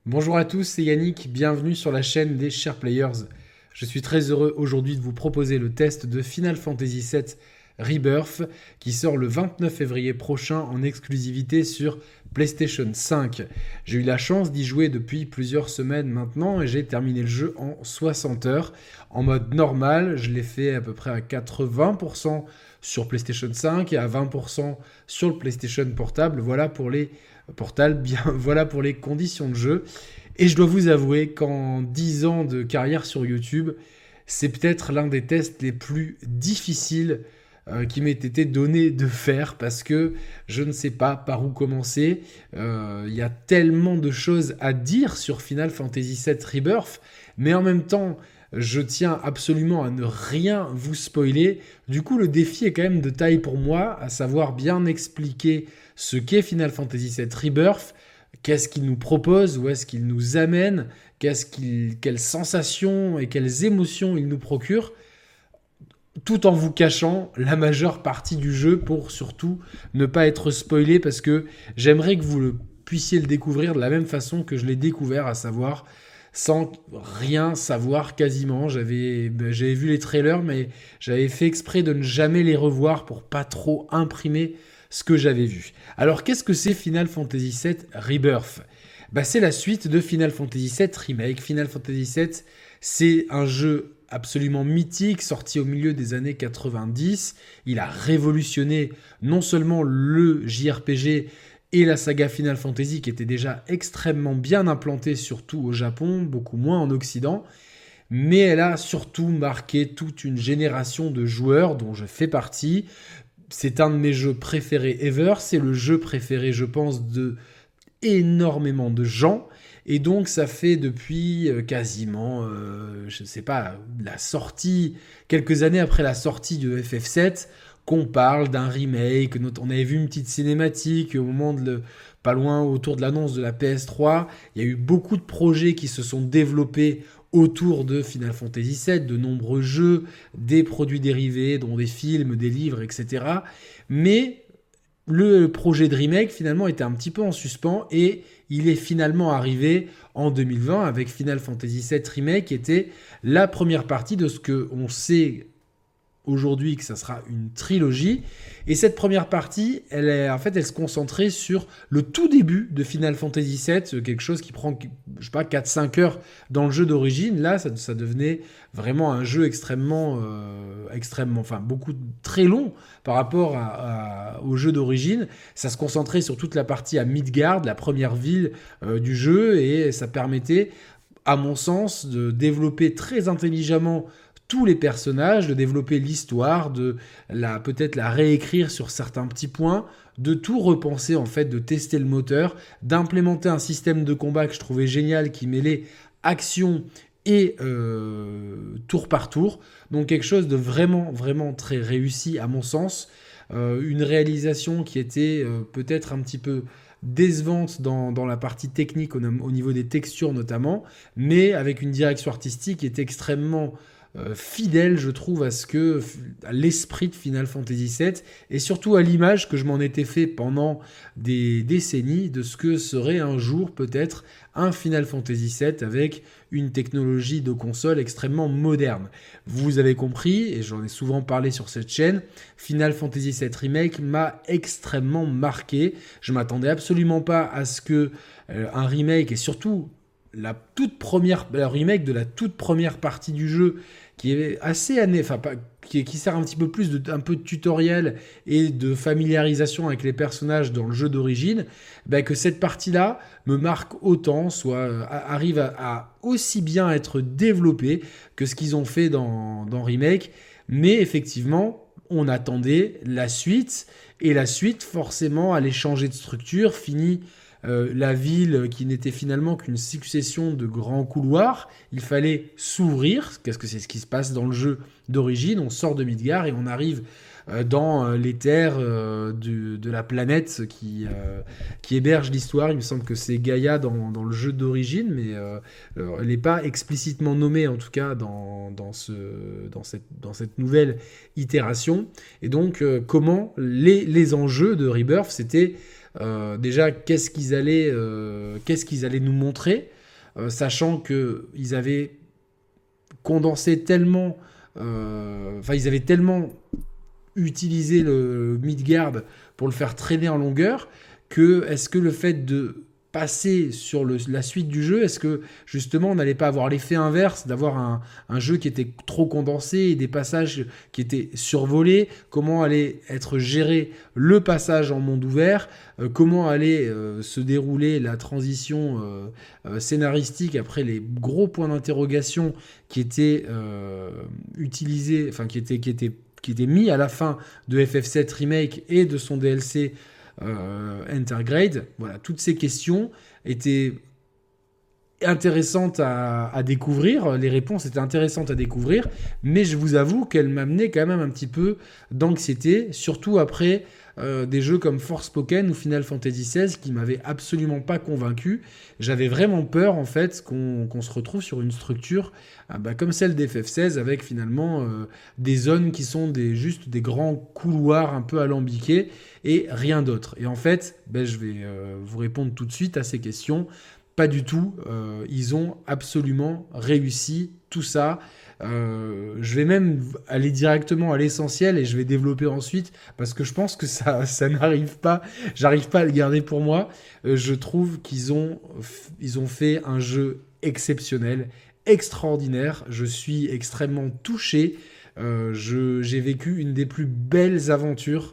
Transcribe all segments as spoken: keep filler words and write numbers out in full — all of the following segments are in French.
Bonjour à tous, c'est Yannick, bienvenue sur la chaîne des Chers Players. Je suis très heureux aujourd'hui de vous proposer le test de Final Fantasy sept Rebirth qui sort le vingt-neuf février prochain en exclusivité sur PlayStation cinq. J'ai eu la chance d'y jouer depuis plusieurs semaines maintenant et j'ai terminé le jeu en soixante heures. En mode normal, je l'ai fait à peu près à quatre-vingts pour cent sur PlayStation cinq et à vingt pour cent sur le PlayStation Portable. Voilà pour les portables, bien voilà pour les conditions de jeu. Et je dois vous avouer qu'en dix ans de carrière sur YouTube, c'est peut-être l'un des tests les plus difficiles euh, qui m'ait été donné de faire parce que je ne sais pas par où commencer. Il euh, y a tellement de choses à dire sur Final Fantasy sept Rebirth, mais en même temps, je tiens absolument à ne rien vous spoiler. Du coup, le défi est quand même de taille pour moi, à savoir bien expliquer ce qu'est Final Fantasy sept Rebirth, qu'est-ce qu'il nous propose, où est-ce qu'il nous amène, qu'est-ce qu'il, quelles sensations et quelles émotions il nous procure, tout en vous cachant la majeure partie du jeu pour surtout ne pas être spoilé, parce que j'aimerais que vous le puissiez le découvrir de la même façon que je l'ai découvert, à savoir sans rien savoir quasiment. J'avais, ben, j'avais vu les trailers, mais j'avais fait exprès de ne jamais les revoir pour pas trop imprimer ce que j'avais vu. Alors, qu'est-ce que c'est Final Fantasy sept Rebirth ? Bah, c'est la suite de Final Fantasy sept Remake. Final Fantasy sept, c'est un jeu absolument mythique, sorti au milieu des années quatre-vingt-dix. Il a révolutionné non seulement le J R P G et la saga Final Fantasy, qui était déjà extrêmement bien implantée, surtout au Japon, beaucoup moins en Occident, mais elle a surtout marqué toute une génération de joueurs dont je fais partie. C'est un de mes jeux préférés ever, c'est le jeu préféré, je pense, de énormément de gens, et donc ça fait depuis euh, quasiment, euh, je ne sais pas, la sortie, quelques années après la sortie de F F sept, qu'on parle d'un remake. On avait vu une petite cinématique au moment de le, pas loin autour de l'annonce de la P S trois. Il y a eu beaucoup de projets qui se sont développés autour de Final Fantasy sept, de nombreux jeux, des produits dérivés, dont des films, des livres, et cetera. Mais le projet de remake finalement était un petit peu en suspens et il est finalement arrivé en deux mille vingt avec Final Fantasy sept Remake, qui était la première partie de ce qu'on sait aujourd'hui que ça sera une trilogie. Et cette première partie, elle est, en fait, elle se concentrait sur le tout début de Final Fantasy sept, quelque chose qui prend, je sais pas, quatre cinq heures dans le jeu d'origine. Là, ça, ça devenait vraiment un jeu extrêmement, euh, extrêmement, enfin, beaucoup, très long par rapport à, à, au jeu d'origine. Ça se concentrait sur toute la partie à Midgard, la première ville euh, du jeu, et ça permettait, à mon sens, de développer très intelligemment tous les personnages, de développer l'histoire, de la, peut-être la réécrire sur certains petits points, de tout repenser en fait, de tester le moteur, d'implémenter un système de combat que je trouvais génial qui mêlait action et euh, tour par tour. Donc quelque chose de vraiment, vraiment très réussi à mon sens. Euh, une réalisation qui était euh, peut-être un petit peu décevante dans, dans la partie technique, au, au niveau des textures notamment, mais avec une direction artistique qui était extrêmement Euh, fidèle, je trouve, à ce que à l'esprit de Final Fantasy sept, et surtout à l'image que je m'en étais fait pendant des décennies de ce que serait un jour peut-être un Final Fantasy sept avec une technologie de console extrêmement moderne. Vous avez compris, et j'en ai souvent parlé sur cette chaîne, Final Fantasy sept Remake m'a extrêmement marqué. Je m'attendais absolument pas à ce que euh, un remake, et surtout la toute première, le remake de la toute première partie du jeu, qui est assez année, enfin pas, qui, qui sert un petit peu plus de un peu de tutoriel et de familiarisation avec les personnages dans le jeu d'origine, ben que cette partie-là me marque autant, soit euh, arrive à, à aussi bien être développée que ce qu'ils ont fait dans, dans Remake. Mais effectivement, on attendait la suite, et la suite forcément allait changer de structure, fini. Euh, la ville qui n'était finalement qu'une succession de grands couloirs, il fallait s'ouvrir, qu'est-ce que c'est ce qui se passe dans le jeu d'origine, on sort de Midgard et on arrive euh, dans euh, les terres euh, de, de la planète qui, euh, qui héberge l'histoire. Il me semble que c'est Gaïa dans, dans le jeu d'origine, mais euh, euh, elle n'est pas explicitement nommée en tout cas dans, dans, ce, dans, cette, dans cette nouvelle itération. Et donc euh, comment les, les enjeux de Rebirth, c'était Euh, déjà, qu'est-ce qu'ils allaient, euh, qu'est-ce qu'ils allaient nous montrer ? euh, sachant qu'ils avaient condensé tellement... Euh, enfin, ils avaient tellement utilisé le Midgard pour le faire traîner en longueur que est-ce que le fait de passer sur le, la suite du jeu, est-ce que justement on n'allait pas avoir l'effet inverse, d'avoir un, un jeu qui était trop condensé et des passages qui étaient survolés? Comment allait être géré le passage en monde ouvert? euh, Comment allait euh, se dérouler la transition euh, euh, scénaristique après les gros points d'interrogation qui étaient euh, utilisés, enfin qui étaient, qui étaient, qui étaient mis à la fin de F F sept Remake et de son D L C Euh, Intergrade? Voilà, toutes ces questions étaient intéressantes à, à découvrir, les réponses étaient intéressantes à découvrir, mais je vous avoue qu'elles m'amenaient quand même un petit peu d'anxiété, surtout après euh, des jeux comme Forspoken ou Final Fantasy seize qui m'avaient absolument pas convaincu. J'avais vraiment peur en fait qu'on, qu'on se retrouve sur une structure ah bah, comme celle d'F F seize avec finalement euh, des zones qui sont des, juste des grands couloirs un peu alambiqués et rien d'autre. Et en fait, ben, je vais euh, vous répondre tout de suite à ces questions. Pas du tout. Euh, ils ont absolument réussi tout ça. Euh, je vais même aller directement à l'essentiel et je vais développer ensuite parce que je pense que ça, ça n'arrive pas. J'arrive pas à le garder pour moi. Euh, je trouve qu'ils ont, ils ont fait un jeu exceptionnel, extraordinaire. Je suis extrêmement touché. Euh, je, j'ai vécu une des plus belles aventures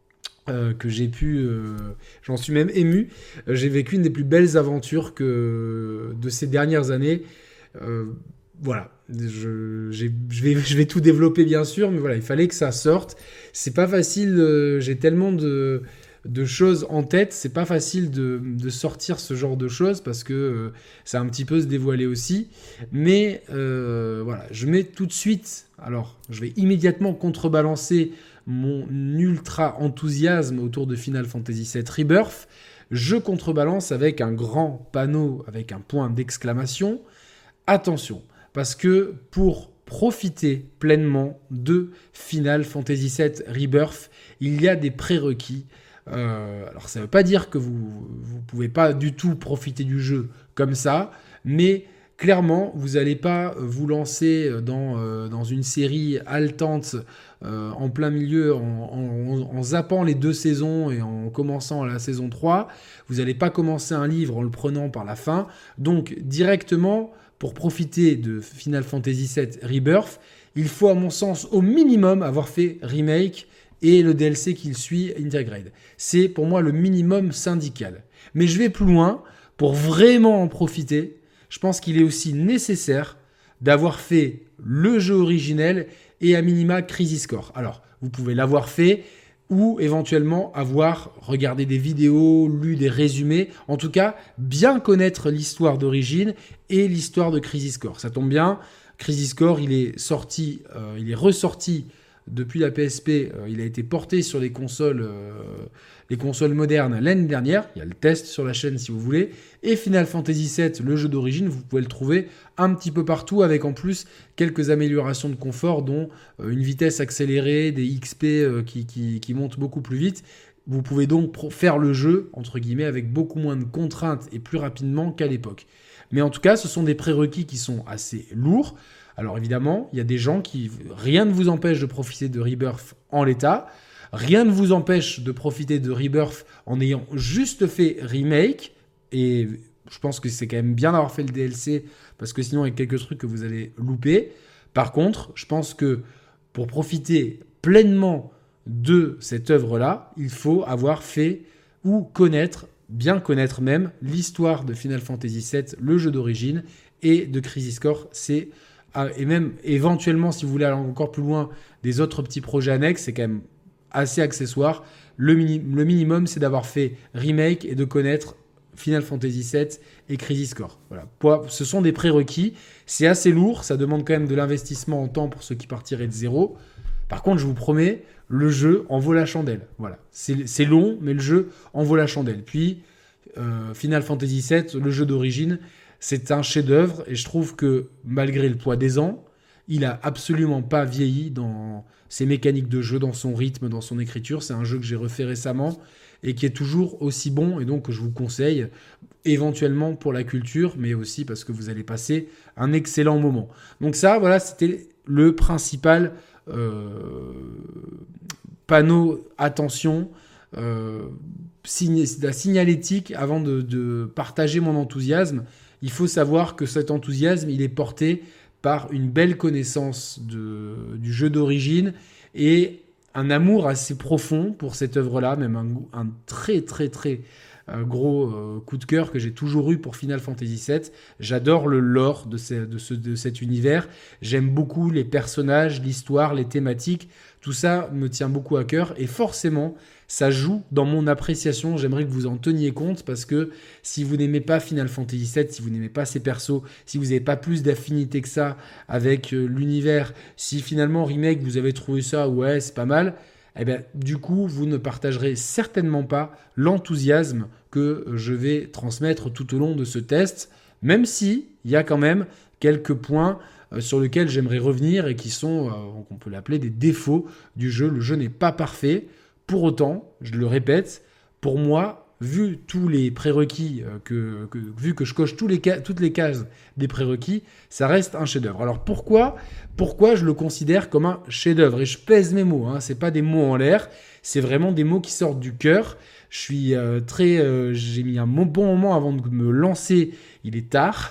Euh, que j'ai pu... Euh, j'en suis même ému. Euh, j'ai vécu une des plus belles aventures que de ces dernières années. Euh, voilà. Je, j'ai, je, vais, je vais tout développer, bien sûr, mais voilà, il fallait que ça sorte. C'est pas facile. Euh, j'ai tellement de, de choses en tête. C'est pas facile de, de sortir ce genre de choses parce que euh, ça a un petit peu se dévoiler aussi. Mais euh, voilà, je mets tout de suite... Alors, je vais immédiatement contrebalancer mon ultra enthousiasme autour de Final Fantasy sept Rebirth. Je contrebalance avec un grand panneau, avec un point d'exclamation. Attention, parce que pour profiter pleinement de Final Fantasy sept Rebirth, il y a des prérequis. Euh, alors ça ne veut pas dire que vous ne pouvez pas du tout profiter du jeu comme ça, mais... Clairement, vous n'allez pas vous lancer dans, euh, dans une série haletante euh, en plein milieu, en, en, en zappant les deux saisons et en commençant la saison trois. Vous n'allez pas commencer un livre en le prenant par la fin. Donc, directement, pour profiter de Final Fantasy sept Rebirth, il faut, à mon sens, au minimum avoir fait Remake et le D L C qui le suit, Intergrade. C'est pour moi le minimum syndical. Mais je vais plus loin pour vraiment en profiter. Je pense qu'il est aussi nécessaire d'avoir fait le jeu originel et à minima Crisis Core. Alors, vous pouvez l'avoir fait ou éventuellement avoir regardé des vidéos, lu des résumés. En tout cas, bien connaître l'histoire d'origine et l'histoire de Crisis Core. Ça tombe bien, Crisis Core, il est sorti, euh, il est ressorti depuis la P S P. Euh, il a été porté sur les consoles, euh, les consoles modernes l'année dernière. Il y a le test sur la chaîne si vous voulez. Et Final Fantasy sept, le jeu d'origine, vous pouvez le trouver un petit peu partout avec en plus quelques améliorations de confort, dont euh, une vitesse accélérée, des X P euh, qui, qui, qui montent beaucoup plus vite. Vous pouvez donc pro- faire le jeu, entre guillemets, avec beaucoup moins de contraintes et plus rapidement qu'à l'époque. Mais en tout cas, ce sont des prérequis qui sont assez lourds. Alors évidemment, il y a des gens qui... Rien ne vous empêche de profiter de Rebirth en l'état. Rien ne vous empêche de profiter de Rebirth en ayant juste fait Remake. Et je pense que c'est quand même bien d'avoir fait le D L C, parce que sinon il y a quelques trucs que vous allez louper. Par contre, je pense que pour profiter pleinement de cette œuvre-là, il faut avoir fait ou connaître, bien connaître même, l'histoire de Final Fantasy sept, le jeu d'origine, et de Crisis Core. C'est... Et même éventuellement, si vous voulez aller encore plus loin, des autres petits projets annexes, c'est quand même assez accessoire. Le, mini- le minimum, c'est d'avoir fait Remake et de connaître Final Fantasy sept et Crisis Core. Voilà. Ce sont des prérequis. C'est assez lourd, ça demande quand même de l'investissement en temps pour ceux qui partiraient de zéro. Par contre, je vous promets, le jeu en vaut la chandelle. Voilà. C'est, c'est long, mais le jeu en vaut la chandelle. Puis, euh, Final Fantasy sept, le jeu d'origine, c'est un chef-d'œuvre et je trouve que malgré le poids des ans, il a absolument pas vieilli dans ses mécaniques de jeu, dans son rythme, dans son écriture. C'est un jeu que j'ai refait récemment. et qui est toujours aussi bon. Et donc, je vous conseille éventuellement pour la culture, mais aussi parce que vous allez passer un excellent moment. Donc ça, voilà, c'était le principal euh, panneau attention, euh, signe, la signalétique avant de, de partager mon enthousiasme. Il faut savoir que cet enthousiasme, il est porté par une belle connaissance de, du jeu d'origine et un amour assez profond pour cette œuvre-là, même un, un très très très euh, gros euh, coup de cœur que j'ai toujours eu pour Final Fantasy sept. J'adore le lore de, ce, de, ce, de cet univers, j'aime beaucoup les personnages, l'histoire, les thématiques, tout ça me tient beaucoup à cœur et forcément ça joue dans mon appréciation. J'aimerais que vous en teniez compte parce que si vous n'aimez pas Final Fantasy sept, si vous n'aimez pas ses persos, si vous n'avez pas plus d'affinité que ça avec euh, l'univers, si finalement Remake vous avez trouvé ça ouais c'est pas mal, eh bien du coup vous ne partagerez certainement pas l'enthousiasme que je vais transmettre tout au long de ce test, même si il y a quand même quelques points euh, sur lesquels j'aimerais revenir et qui sont, euh, on peut l'appeler des défauts du jeu. Le jeu n'est pas parfait. Pour autant, je le répète, pour moi, vu tous les prérequis, euh, que, que, vu que je coche tous les ca- toutes les cases des prérequis, ça reste un chef-d'œuvre. Alors pourquoi, pourquoi je le considère comme un chef-d'œuvre ? Et je pèse mes mots, hein, c'est pas des mots en l'air, c'est vraiment des mots qui sortent du cœur. Je suis euh, très, euh, j'ai mis un bon moment avant de me lancer. Il est tard,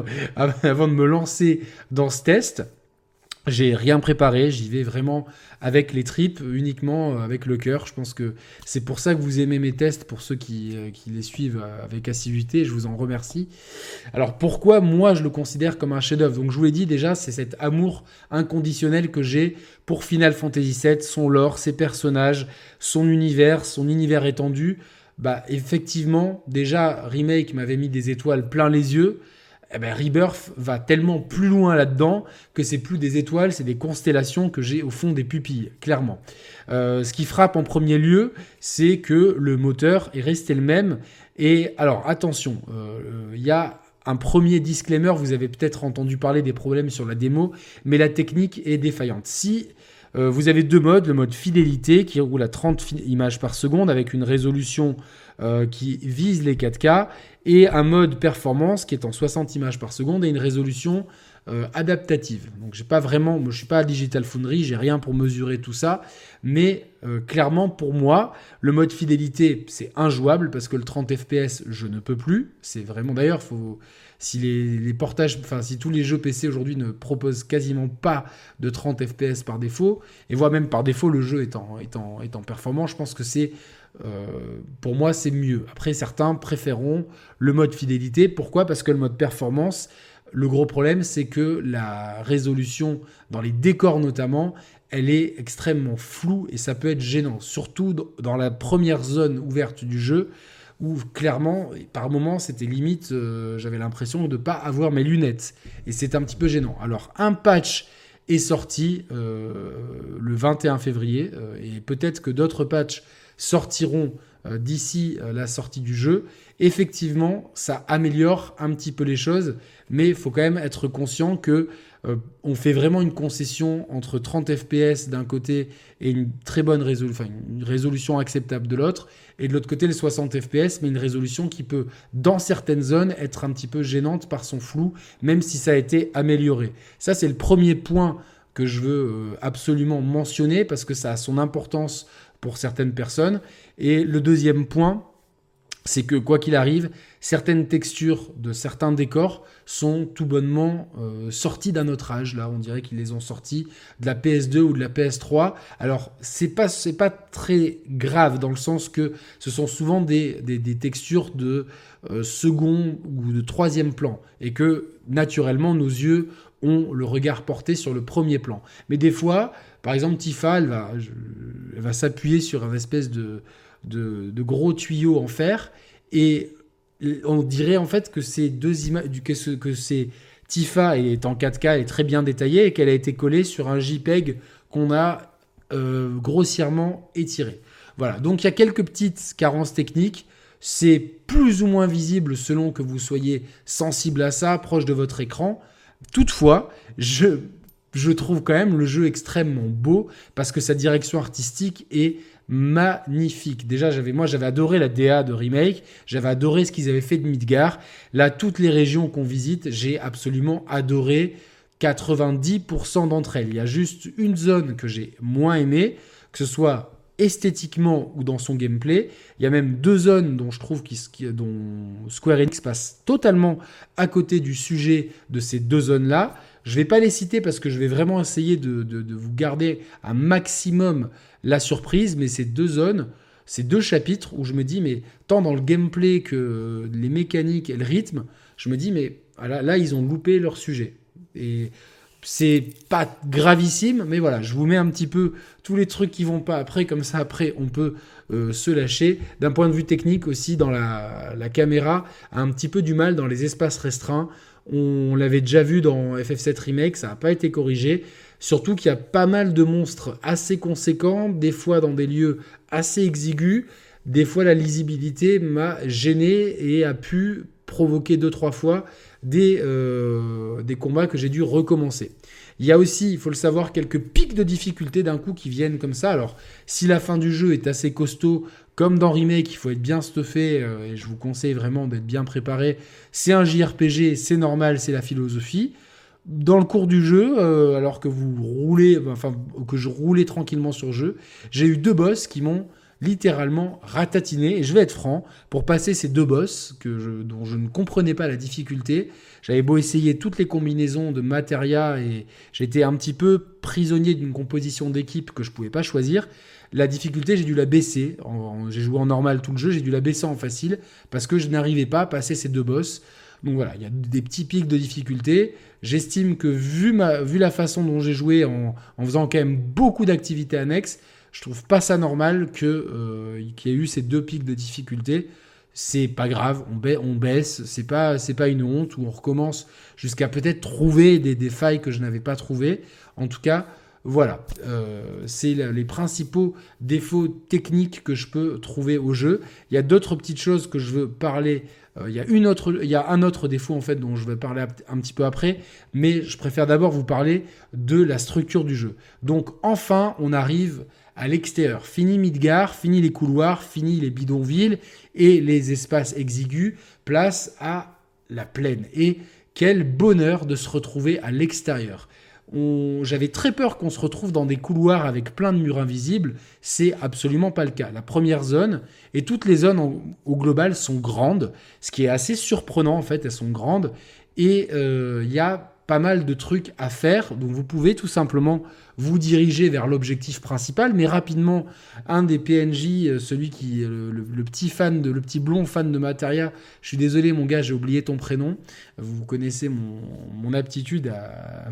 avant de me lancer dans ce test. J'ai rien préparé, j'y vais vraiment avec les tripes, uniquement avec le cœur. Je pense que c'est pour ça que vous aimez mes tests, pour ceux qui, qui les suivent avec assiduité. Je vous en remercie. Alors pourquoi moi je le considère comme un chef-d'œuvre ? Donc je vous l'ai dit déjà, c'est cet amour inconditionnel que j'ai pour Final Fantasy sept, son lore, ses personnages, son univers, son univers étendu. Bah effectivement, déjà Remake m'avait mis des étoiles plein les yeux. Eh ben, Rebirth va tellement plus loin là-dedans que c'est plus des étoiles, c'est des constellations que j'ai au fond des pupilles, clairement. Euh, ce qui frappe en premier lieu, c'est que le moteur est resté le même. Et alors, attention, il euh, y a un premier disclaimer, vous avez peut-être entendu parler des problèmes sur la démo, mais la technique est défaillante. Si euh, vous avez deux modes, le mode fidélité qui roule à trente fi- images par seconde avec une résolution euh, qui vise les quatre K et un mode performance qui est en soixante images par seconde et une résolution euh, adaptative. Donc j'ai pas vraiment, moi, je suis pas à Digital Foundry, j'ai rien pour mesurer tout ça, mais euh, clairement pour moi, le mode fidélité c'est injouable parce que le trente F P S je ne peux plus. C'est vraiment d'ailleurs faut si les, les portages, enfin si tous les jeux P C aujourd'hui ne proposent quasiment pas de trente F P S par défaut, et voire même par défaut le jeu étant étant étant performant, je pense que c'est Euh, pour moi, c'est mieux. Après, certains préféreront le mode fidélité. Pourquoi ? Parce que le mode performance, le gros problème, c'est que la résolution, dans les décors notamment, elle est extrêmement floue et ça peut être gênant. Surtout dans la première zone ouverte du jeu, où clairement, par moments, c'était limite, euh, j'avais l'impression de ne pas avoir mes lunettes. Et c'est un petit peu gênant. Alors, un patch est sorti euh, le vingt et un février euh, et peut-être que d'autres patchs sortiront euh, d'ici euh, la sortie du jeu. Effectivement, ça améliore un petit peu les choses, mais il faut quand même être conscient que euh, on fait vraiment une concession entre trente F P S d'un côté et une très bonne résolution, enfin, une résolution acceptable de l'autre, et de l'autre côté les soixante F P S, mais une résolution qui peut, dans certaines zones, être un petit peu gênante par son flou, même si ça a été amélioré. Ça, c'est le premier point que je veux euh, absolument mentionner, parce que ça a son importance pour certaines personnes. Et le deuxième point, c'est que quoi qu'il arrive, certaines textures de certains décors sont tout bonnement euh, sorties d'un autre âge. Là, on dirait qu'ils les ont sortis de la P S deux ou de la P S trois. Alors, c'est pas, c'est pas très grave dans le sens que ce sont souvent des, des, des textures de euh, second ou de troisième plan et que, naturellement, nos yeux ont le regard porté sur le premier plan. Mais des fois, par exemple, Tifa, elle va, je, elle va s'appuyer sur un espèce de, de, de gros tuyau en fer et on dirait en fait que ces deux images, que, que c'est Tifa est en quatre K, elle est très bien détaillée et qu'elle a été collée sur un JPEG qu'on a euh, grossièrement étiré. Voilà, donc il y a quelques petites carences techniques. C'est plus ou moins visible selon que vous soyez sensible à ça, proche de votre écran. Toutefois, je, je trouve quand même le jeu extrêmement beau parce que sa direction artistique est magnifique. Déjà, j'avais, moi, j'avais adoré la D A de Remake, j'avais adoré ce qu'ils avaient fait de Midgar. Là, toutes les régions qu'on visite, j'ai absolument adoré quatre-vingt-dix pour cent d'entre elles. Il y a juste une zone que j'ai moins aimée, que ce soit esthétiquement ou dans son gameplay. Il y a même deux zones dont je trouve qu dont Square Enix passe totalement à côté du sujet de ces deux zones-là. Je ne vais pas les citer parce que je vais vraiment essayer de, de, de vous garder un maximum la surprise, mais ces deux zones, ces deux chapitres où je me dis, mais tant dans le gameplay que les mécaniques et le rythme, je me dis, mais là, là ils ont loupé leur sujet. Et c'est pas gravissime, mais voilà, je vous mets un petit peu tous les trucs qui vont pas après, comme ça après on peut euh, se lâcher. D'un point de vue technique aussi, dans la, la caméra a un petit peu du mal dans les espaces restreints. On l'avait déjà vu dans F F sept Remake, ça n'a pas été corrigé. Surtout qu'il y a pas mal de monstres assez conséquents, des fois dans des lieux assez exigus. Des fois la lisibilité m'a gêné et a pu provoquer deux trois fois des, euh, des combats que j'ai dû recommencer. Il y a aussi, il faut le savoir, quelques pics de difficulté d'un coup qui viennent comme ça. Alors, si la fin du jeu est assez costaud, comme dans Remake, il faut être bien stuffé, euh, et je vous conseille vraiment d'être bien préparé. C'est un J R P G, c'est normal, c'est la philosophie. Dans le cours du jeu, euh, alors que vous roulez, enfin, que je roulais tranquillement sur le jeu, j'ai eu deux boss qui m'ont littéralement ratatiné. Et je vais être franc, pour passer ces deux boss que je, dont je ne comprenais pas la difficulté, j'avais beau essayer toutes les combinaisons de matéria et j'étais un petit peu prisonnier d'une composition d'équipe que je ne pouvais pas choisir. La difficulté, j'ai dû la baisser. En, en, j'ai joué en normal tout le jeu, j'ai dû la baisser en facile parce que je n'arrivais pas à passer ces deux boss. Donc voilà, il y a des petits pics de difficulté. J'estime que vu, ma, vu la façon dont j'ai joué en, en faisant quand même beaucoup d'activités annexes, je trouve pas ça normal que, euh, qu'il y ait eu ces deux pics de difficulté. C'est pas grave, on, ba- on baisse, c'est pas, c'est pas une honte, ou on recommence jusqu'à peut-être trouver des, des failles que je n'avais pas trouvées. En tout cas, voilà, euh, c'est la, les principaux défauts techniques que je peux trouver au jeu. Il y a d'autres petites choses que je veux parler. Euh, il y a une autre, il y a un autre défaut en fait dont je vais parler un petit peu après, mais je préfère d'abord vous parler de la structure du jeu. Donc enfin, on arrive à l'extérieur. Fini Midgar, fini les couloirs, fini les bidonvilles et les espaces exigus, place à la plaine. Et quel bonheur de se retrouver à l'extérieur. On... J'avais très peur qu'on se retrouve dans des couloirs avec plein de murs invisibles. C'est absolument pas le cas. La première zone, et toutes les zones en... au global sont grandes, ce qui est assez surprenant en fait, elles sont grandes. Et il euh, y a pas mal de trucs à faire, donc vous pouvez tout simplement vous diriger vers l'objectif principal, mais rapidement, un des P N J, celui qui le, le, le petit fan de, le petit blond fan de Materia, je suis désolé mon gars, j'ai oublié ton prénom, vous connaissez mon, mon aptitude à,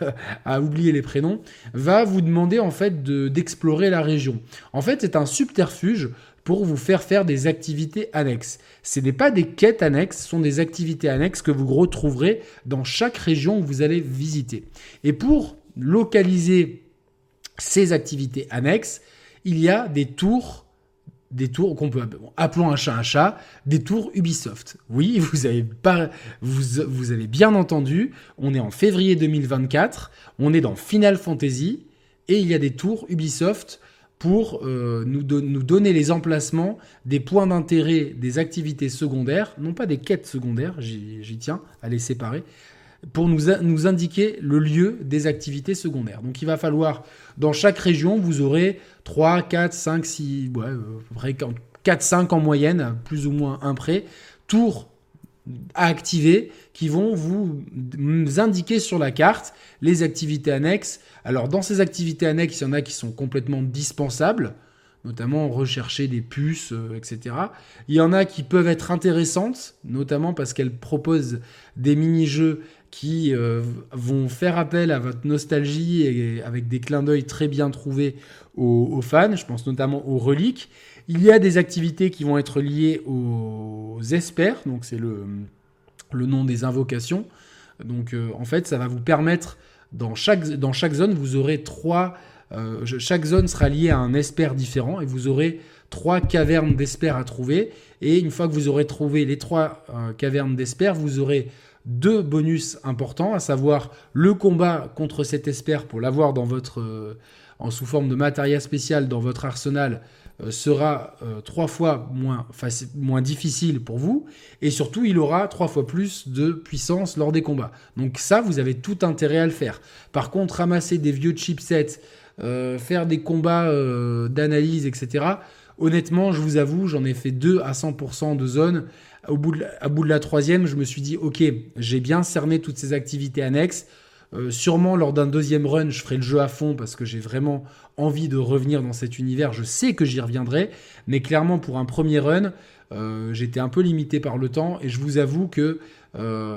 à oublier les prénoms, va vous demander en fait de, d'explorer la région. En fait, c'est un subterfuge pour vous faire faire des activités annexes. Ce n'est pas des quêtes annexes, ce sont des activités annexes que vous retrouverez dans chaque région où vous allez visiter. Et pour localiser ces activités annexes, il y a des tours, des tours qu'on peut, bon, appelons un chat un chat, des tours Ubisoft. Oui, vous avez, pas, vous, vous avez bien entendu, on est en février deux mille vingt-quatre, on est dans Final Fantasy, et il y a des tours Ubisoft pour euh, nous, do- nous donner les emplacements des points d'intérêt des activités secondaires, non pas des quêtes secondaires, j'y, j'y tiens à les séparer, pour nous, a- nous indiquer le lieu des activités secondaires. Donc il va falloir, dans chaque région, vous aurez trois, quatre, cinq, six, ouais, euh, à peu près quatre, cinq en moyenne, plus ou moins un près, tours à activer qui vont vous indiquer sur la carte les activités annexes. Alors dans ces activités annexes, il y en a qui sont complètement dispensables, notamment rechercher des puces, euh, et cetera. Il y en a qui peuvent être intéressantes, notamment parce qu'elles proposent des mini-jeux qui euh, vont faire appel à votre nostalgie et avec des clins d'œil très bien trouvés aux, aux fans. Je pense notamment aux reliques. Il y a des activités qui vont être liées aux espers, donc c'est le, le nom des invocations. Donc euh, en fait, ça va vous permettre, dans chaque, dans chaque zone, vous aurez trois... Euh, chaque zone sera liée à un esper différent et vous aurez trois cavernes d'esper à trouver. Et une fois que vous aurez trouvé les trois euh, cavernes d'esper, vous aurez deux bonus importants, à savoir le combat contre cet esper pour l'avoir dans votre, euh, en sous forme de matériel spécial dans votre arsenal. euh, sera euh, trois fois moins, faci- moins difficile pour vous, et surtout, il aura trois fois plus de puissance lors des combats. Donc ça, vous avez tout intérêt à le faire. Par contre, ramasser des vieux chipsets, euh, faire des combats euh, d'analyse, et cetera, honnêtement, je vous avoue, j'en ai fait deux à cent pour cent de zone. Au bout de, la, à bout de la troisième, je me suis dit, ok, j'ai bien cerné toutes ces activités annexes. Euh, sûrement, lors d'un deuxième run, je ferai le jeu à fond parce que j'ai vraiment envie de revenir dans cet univers. Je sais que j'y reviendrai, mais clairement, pour un premier run, euh, j'étais un peu limité par le temps et je vous avoue que euh,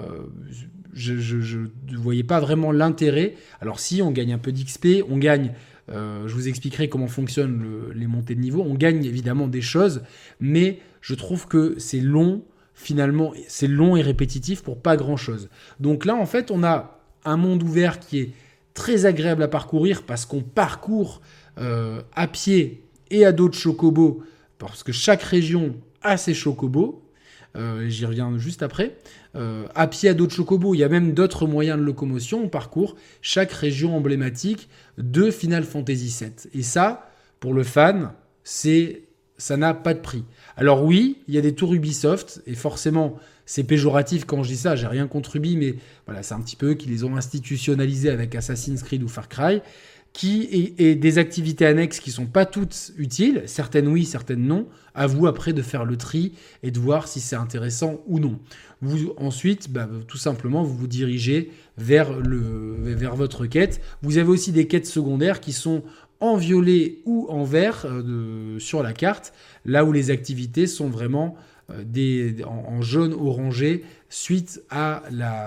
je ne voyais pas vraiment l'intérêt. Alors si, on gagne un peu d'X P, on gagne... Euh, je vous expliquerai comment fonctionnent le, les montées de niveau. On gagne évidemment des choses, mais je trouve que c'est long, finalement, c'est long et répétitif pour pas grand-chose. Donc là, en fait, on a un monde ouvert qui est très agréable à parcourir parce qu'on parcourt euh, à pied et à dos de chocobos, parce que chaque région a ses chocobos. Euh, j'y reviens juste après. Euh, à pied à dos de chocobo, il y a même d'autres moyens de locomotion. On parcourt chaque région emblématique de Final Fantasy sept. Et ça, pour le fan, c'est, ça n'a pas de prix. Alors oui, il y a des tours Ubisoft, et forcément, c'est péjoratif quand je dis ça, j'ai rien contre Ubi, mais voilà, c'est un petit peu eux qui les ont institutionnalisés avec Assassin's Creed ou Far Cry, qui est, et des activités annexes qui sont pas toutes utiles, certaines oui, certaines non. À vous après de faire le tri et de voir si c'est intéressant ou non. Vous, ensuite, bah, tout simplement, vous vous dirigez vers, le, vers votre quête. Vous avez aussi des quêtes secondaires qui sont en violet ou en vert euh, de, sur la carte, là où les activités sont vraiment euh, des, en, en jaune orangé suite à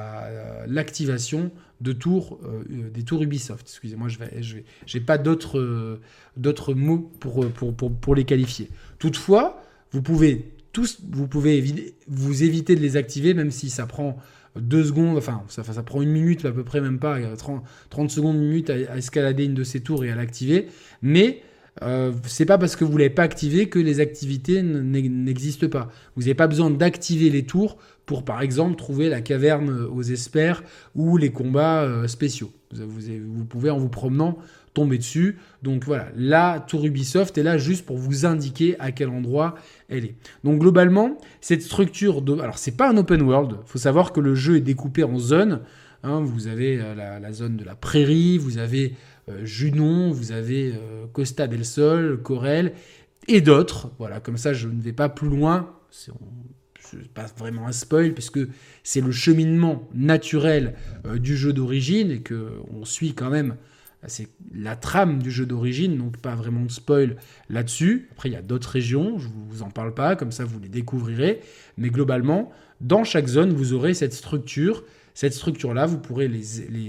la, l'activation de tours, euh, des tours Ubisoft. Excusez-moi, je vais, je vais, j'ai pas d'autres, euh, d'autres mots pour, pour, pour, pour les qualifier. Toutefois, vous pouvez, tous, vous pouvez évi- vous éviter de les activer, même si ça prend deux secondes, enfin, ça, ça prend une minute, à peu près, même pas, trente, trente secondes, une minute à, à escalader une de ces tours et à l'activer. Mais euh, c'est pas parce que vous ne l'avez pas activé que les activités n'existent pas. Vous n'avez pas besoin d'activer les tours pour, par exemple, trouver la caverne aux espers ou les combats euh, spéciaux. Vous, vous, vous pouvez, en vous promenant, tomber dessus. Donc voilà, la tour Ubisoft est là juste pour vous indiquer à quel endroit elle est. Donc globalement, cette structure de... Alors, c'est pas un open world. Il faut savoir que le jeu est découpé en zones. Hein, vous avez la, la zone de la prairie, vous avez euh, Junon, vous avez euh, Costa del Sol, Corel et d'autres. Voilà, comme ça, je ne vais pas plus loin. C'est, c'est pas vraiment un spoil, puisque c'est le cheminement naturel euh, du jeu d'origine et qu'on suit quand même. C'est la trame du jeu d'origine, donc pas vraiment de spoil là-dessus. Après, il y a d'autres régions, je ne vous en parle pas, comme ça vous les découvrirez. Mais globalement, dans chaque zone, vous aurez cette structure. Cette structure-là, vous pourrez les,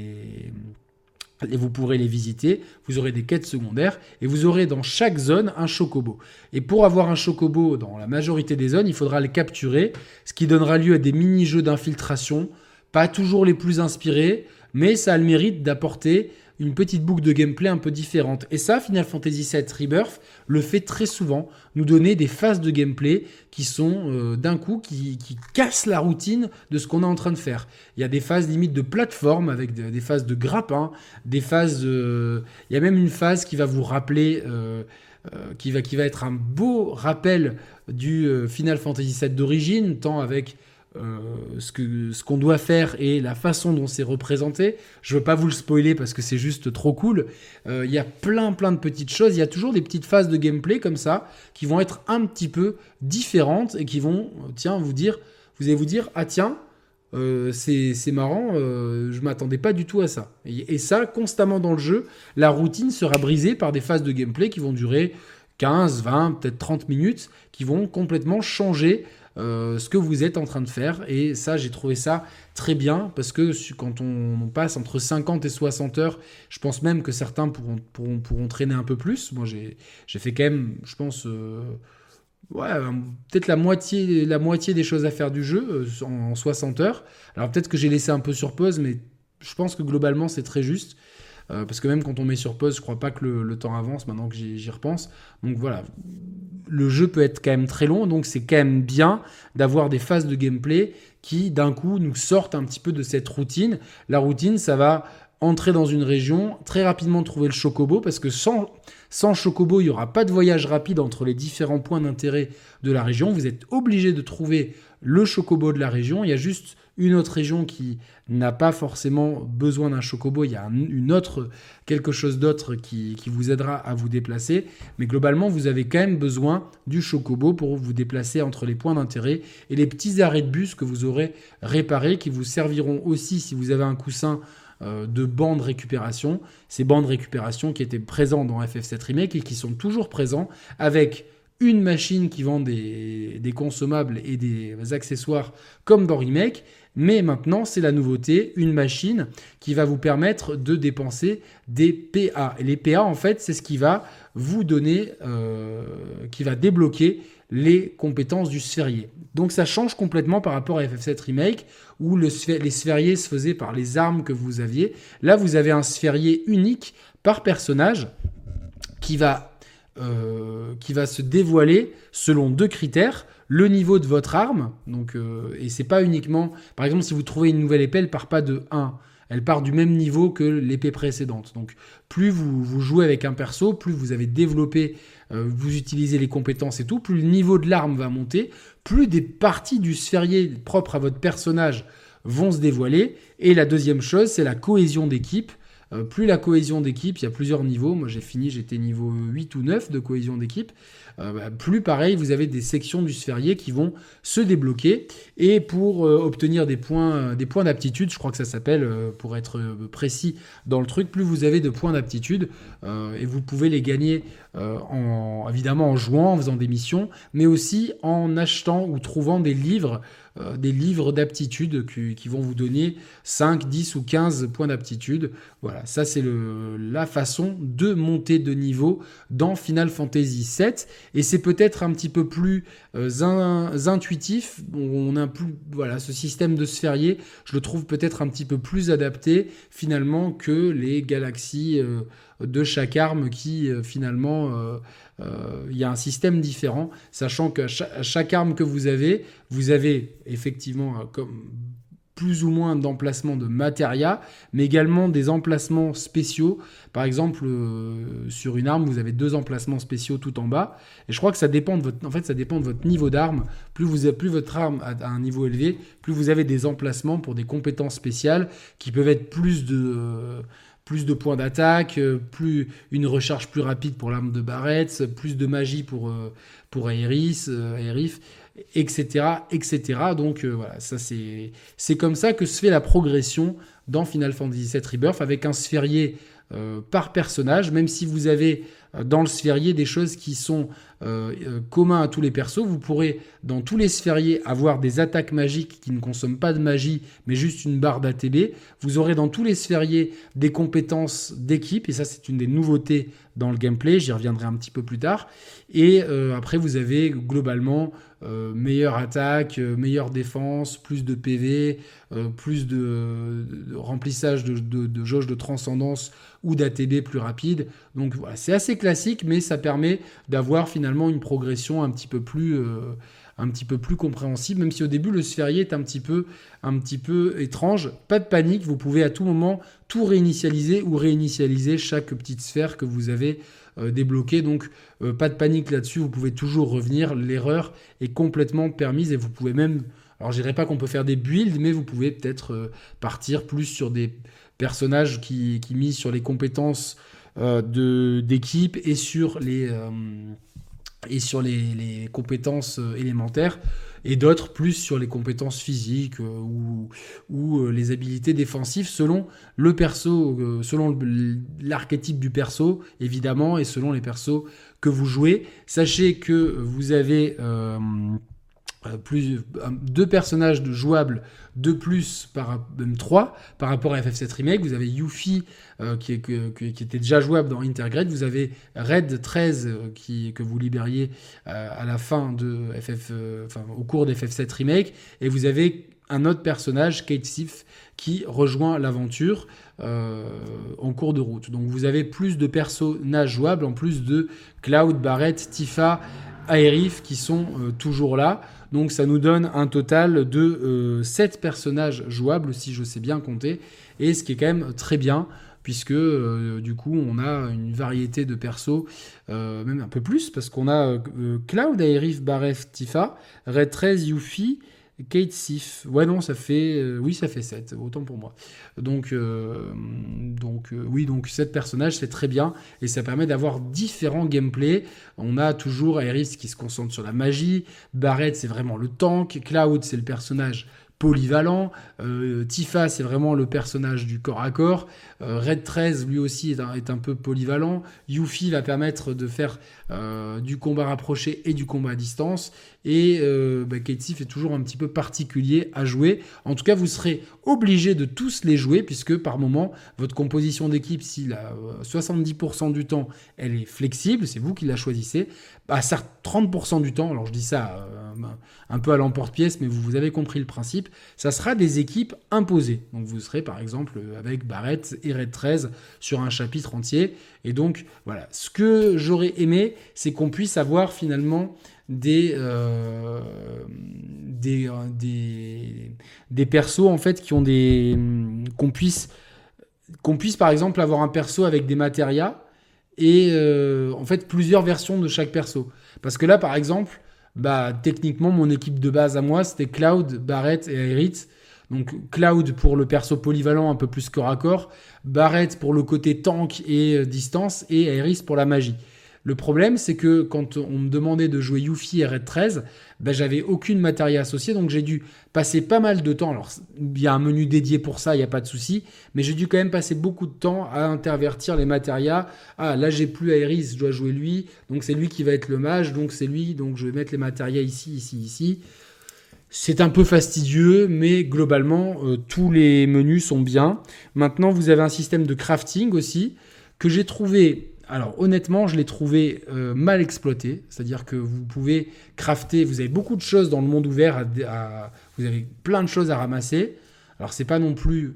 les, vous pourrez les visiter. Vous aurez des quêtes secondaires et vous aurez dans chaque zone un chocobo. Et pour avoir un chocobo dans la majorité des zones, il faudra le capturer, ce qui donnera lieu à des mini-jeux d'infiltration, pas toujours les plus inspirés, mais ça a le mérite d'apporter une petite boucle de gameplay un peu différente. Et ça, Final Fantasy sept Rebirth le fait très souvent, nous donner des phases de gameplay qui sont euh, d'un coup, qui, qui cassent la routine de ce qu'on est en train de faire. Il y a des phases limite de plateforme, avec de, des phases de grappin, des phases... Euh, il y a même une phase qui va vous rappeler... Euh, euh, qui, va, qui va être un beau rappel du euh, Final Fantasy sept d'origine, tant avec... Euh, ce, que, ce qu'on doit faire et la façon dont c'est représenté. Je ne veux pas vous le spoiler parce que c'est juste trop cool. Il euh, y a plein plein de petites choses. Il y a toujours des petites phases de gameplay comme ça qui vont être un petit peu différentes et qui vont, tiens, vous dire, vous allez vous dire, ah tiens, euh, c'est, c'est marrant, euh, je ne m'attendais pas du tout à ça. Et, et ça, constamment dans le jeu, la routine sera brisée par des phases de gameplay qui vont durer quinze, vingt, peut-être trente minutes, qui vont complètement changer Euh, ce que vous êtes en train de faire. Et ça, j'ai trouvé ça très bien, parce que quand on, on passe entre cinquante et soixante heures, je pense même que certains pourront, pourront, pourront traîner un peu plus. Moi, j'ai, j'ai fait quand même, je pense, euh, ouais, peut-être la moitié, la moitié des choses à faire du jeu euh, en, en soixante heures. Alors peut-être que j'ai laissé un peu sur pause, mais je pense que globalement, c'est très juste. Euh, parce que même quand on met sur pause, je crois pas que le, le temps avance maintenant que j'y, j'y repense. Donc voilà, le jeu peut être quand même très long, donc c'est quand même bien d'avoir des phases de gameplay qui d'un coup nous sortent un petit peu de cette routine. La routine, ça va entrer dans une région, très rapidement trouver le chocobo, parce que sans, sans chocobo, il n'y aura pas de voyage rapide entre les différents points d'intérêt de la région. Vous êtes obligé de trouver le chocobo de la région. Il y a juste une autre région qui n'a pas forcément besoin d'un chocobo. Il y a un, une autre, quelque chose d'autre qui, qui vous aidera à vous déplacer. Mais globalement, vous avez quand même besoin du chocobo pour vous déplacer entre les points d'intérêt et les petits arrêts de bus que vous aurez réparés, qui vous serviront aussi si vous avez un coussin euh, de bancs de récupération. Ces bancs de récupération qui étaient présents dans F F sept Remake et qui sont toujours présents avec une machine qui vend des, des consommables et des accessoires comme dans Remake. Mais maintenant, c'est la nouveauté, une machine qui va vous permettre de dépenser des P A. Et les P A, en fait, c'est ce qui va vous donner, euh, qui va débloquer les compétences du sphérié. Donc ça change complètement par rapport à F F sept Remake, où le sphé- les sphériés se faisaient par les armes que vous aviez. Là, vous avez un sphérié unique par personnage qui va, euh, qui va se dévoiler selon deux critères. Le niveau de votre arme, donc, euh, et c'est pas uniquement... Par exemple, si vous trouvez une nouvelle épée, elle part pas de un. Elle part du même niveau que l'épée précédente. Donc, plus vous, vous jouez avec un perso, plus vous avez développé, euh, vous utilisez les compétences et tout, plus le niveau de l'arme va monter, plus des parties du sphérié propres à votre personnage vont se dévoiler. Et la deuxième chose, c'est la cohésion d'équipe. Euh, plus la cohésion d'équipe, il y a plusieurs niveaux. Moi, j'ai fini, j'étais niveau huit ou neuf de cohésion d'équipe. Euh, bah, plus pareil, vous avez des sections du sphérié qui vont se débloquer. Et pour euh, obtenir des points, euh, des points d'aptitude, je crois que ça s'appelle, euh, pour être euh, précis dans le truc, plus vous avez de points d'aptitude, euh, et vous pouvez les gagner euh, en, évidemment en jouant, en faisant des missions, mais aussi en achetant ou trouvant des livres, euh, des livres d'aptitude qui, qui vont vous donner cinq, dix ou quinze points d'aptitude. Voilà, ça c'est le, la façon de monter de niveau dans Final Fantasy sept. Et c'est peut-être un petit peu plus euh, in, intuitif. On a plus, voilà, ce système de sphérié, je le trouve peut-être un petit peu plus adapté finalement que les galaxies euh, de chaque arme qui euh, finalement, euh, euh, il y a un système différent, sachant qu'à chaque, à chaque arme que vous avez, vous avez effectivement euh, comme plus ou moins d'emplacements de matéria, mais également des emplacements spéciaux. Par exemple, euh, sur une arme, vous avez deux emplacements spéciaux tout en bas. Et je crois que ça dépend de votre, en fait, ça dépend de votre niveau d'arme. Plus, vous, plus votre arme a un niveau élevé, plus vous avez des emplacements pour des compétences spéciales qui peuvent être plus de... Euh, plus de points d'attaque, plus une recharge plus rapide pour l'arme de Barretts, plus de magie pour, euh, pour Aerith, euh, Aerith, et cetera, et cetera. Donc euh, voilà, ça c'est, c'est comme ça que se fait la progression dans Final Fantasy sept Rebirth, avec un sphérié euh, par personnage, même si vous avez euh, dans le sphérié des choses qui sont euh, euh, communs à tous les persos. Vous pourrez, dans tous les sphériés, avoir des attaques magiques qui ne consomment pas de magie, mais juste une barre d'A T B. Vous aurez dans tous les sphériés des compétences d'équipe, et ça c'est une des nouveautés dans le gameplay, j'y reviendrai un petit peu plus tard. Et euh, après vous avez globalement euh, meilleure attaque, euh, meilleure défense, plus de P V, euh, plus de, de remplissage de, de, de jauge de transcendance ou d'A T B plus rapide. Donc voilà, c'est assez classique, mais ça permet d'avoir finalement une progression un petit peu plus... Euh, un petit peu plus compréhensible, même si au début le sphérié est un petit peu, un petit peu étrange. Pas de panique, vous pouvez à tout moment tout réinitialiser ou réinitialiser chaque petite sphère que vous avez euh, débloquée. Donc euh, pas de panique là-dessus, vous pouvez toujours revenir. L'erreur est complètement permise et vous pouvez même... Alors je dirais pas qu'on peut faire des builds, mais vous pouvez peut-être euh, partir plus sur des personnages qui, qui misent sur les compétences euh, de, d'équipe et sur les... Euh, et sur les, les compétences euh, élémentaires, et d'autres plus sur les compétences physiques euh, ou, ou euh, les habilités défensives selon le perso, euh, selon le, l'archétype du perso, évidemment, et selon les persos que vous jouez. Sachez que vous avez... Euh, Plus, deux personnages de jouables de plus, par, même trois, par rapport à F F sept Remake. Vous avez Yuffie euh, qui, est, que, qui était déjà jouable dans Intergrade. Vous avez Red treize euh, qui, que vous libériez euh, à la fin de F F, euh, enfin, au cours d'F F sept Remake. Et vous avez un autre personnage, Kate Sif, qui rejoint l'aventure euh, en cours de route. Donc vous avez plus de personnages jouables en plus de Cloud, Barrett, Tifa, Aerith qui sont euh, toujours là. Donc ça nous donne un total de euh, sept personnages jouables, si je sais bien compter, et ce qui est quand même très bien, puisque euh, du coup on a une variété de persos, euh, même un peu plus, parce qu'on a euh, Cloud, Aerith, Barret, Tifa, Red treize, Yuffie, Kate Sif. Ouais, non, ça fait... Euh, oui, ça fait sept, autant pour moi. Donc, euh, donc euh, oui, donc sept personnages, c'est très bien. Et ça permet d'avoir différents gameplays. On a toujours Aerith qui se concentre sur la magie. Barret, c'est vraiment le tank. Cloud, c'est le personnage polyvalent. Euh, Tifa, c'est vraiment le personnage du corps à corps. Euh, Red treize, lui aussi, est un, est un peu polyvalent. Yuffie va permettre de faire euh, du combat rapproché et du combat à distance. Et euh, bah, Kate Sif est toujours un petit peu particulier à jouer. En tout cas, vous serez obligé de tous les jouer, puisque par moment, votre composition d'équipe, si la euh, soixante-dix pour cent du temps, elle est flexible, c'est vous qui la choisissez. À certes, trente pour cent du temps, alors je dis ça euh, un peu à l'emporte-pièce, mais vous, vous avez compris le principe, ça sera des équipes imposées. Donc vous serez par exemple avec Barret et Red treize sur un chapitre entier. Et donc voilà, ce que j'aurais aimé, c'est qu'on puisse avoir finalement des, euh, des, des, des persos en fait qui ont des... qu'on puisse, qu'on puisse par exemple avoir un perso avec des matérias et euh, en fait plusieurs versions de chaque perso. Parce que là par exemple, bah, techniquement mon équipe de base à moi c'était Cloud, Barret et Aerith. Donc Cloud pour le perso polyvalent un peu plus corps à corps, Barret pour le côté tank et euh, distance, et Aerith pour la magie. Le problème, c'est que quand on me demandait de jouer Yuffie et Red treize, ben, j'avais aucune matériel associé, donc j'ai dû passer pas mal de temps. Alors, il y a un menu dédié pour ça, il n'y a pas de souci, mais j'ai dû quand même passer beaucoup de temps à intervertir les matérias. Ah, là, j'ai plus Aerith, je dois jouer lui, donc c'est lui qui va être le mage, donc c'est lui, donc je vais mettre les matérias ici, ici, ici. C'est un peu fastidieux, mais globalement, euh, tous les menus sont bien. Maintenant, vous avez un système de crafting aussi, que j'ai trouvé... Alors honnêtement, je l'ai trouvé euh, mal exploité, c'est-à-dire que vous pouvez crafter, vous avez beaucoup de choses dans le monde ouvert, à, à, vous avez plein de choses à ramasser. Alors c'est pas non plus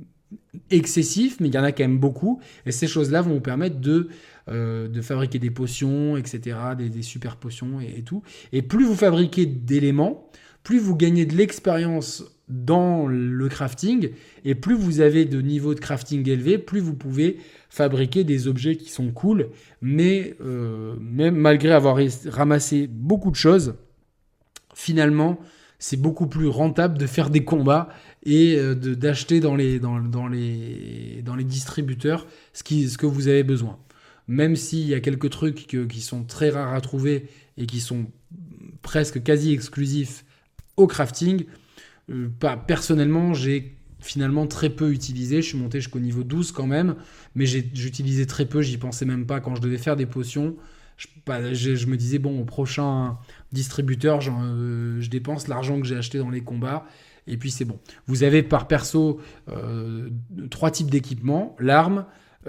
excessif, mais il y en a quand même beaucoup, et ces choses-là vont vous permettre de, euh, de fabriquer des potions, et cetera, des, des super potions et, et tout. Et plus vous fabriquez d'éléments, plus vous gagnez de l'expérience dans le crafting, et plus vous avez de niveau de crafting élevé, plus vous pouvez fabriquer des objets qui sont cool, mais euh, même malgré avoir ramassé beaucoup de choses, finalement, c'est beaucoup plus rentable de faire des combats et euh, de, d'acheter dans les, dans, dans, les, dans les distributeurs ce, qui, ce que vous avez besoin. Même s'il y a quelques trucs que, qui sont très rares à trouver et qui sont presque quasi exclusifs au crafting, euh, pas, personnellement, j'ai finalement très peu utilisé. Je suis monté jusqu'au niveau douze quand même, mais j'ai, j'utilisais très peu, j'y pensais même pas. Quand je devais faire des potions, je, pas, je, je me disais, bon, au prochain distributeur, euh, je dépense l'argent que j'ai acheté dans les combats, et puis c'est bon. Vous avez par perso euh, trois types d'équipements, l'arme,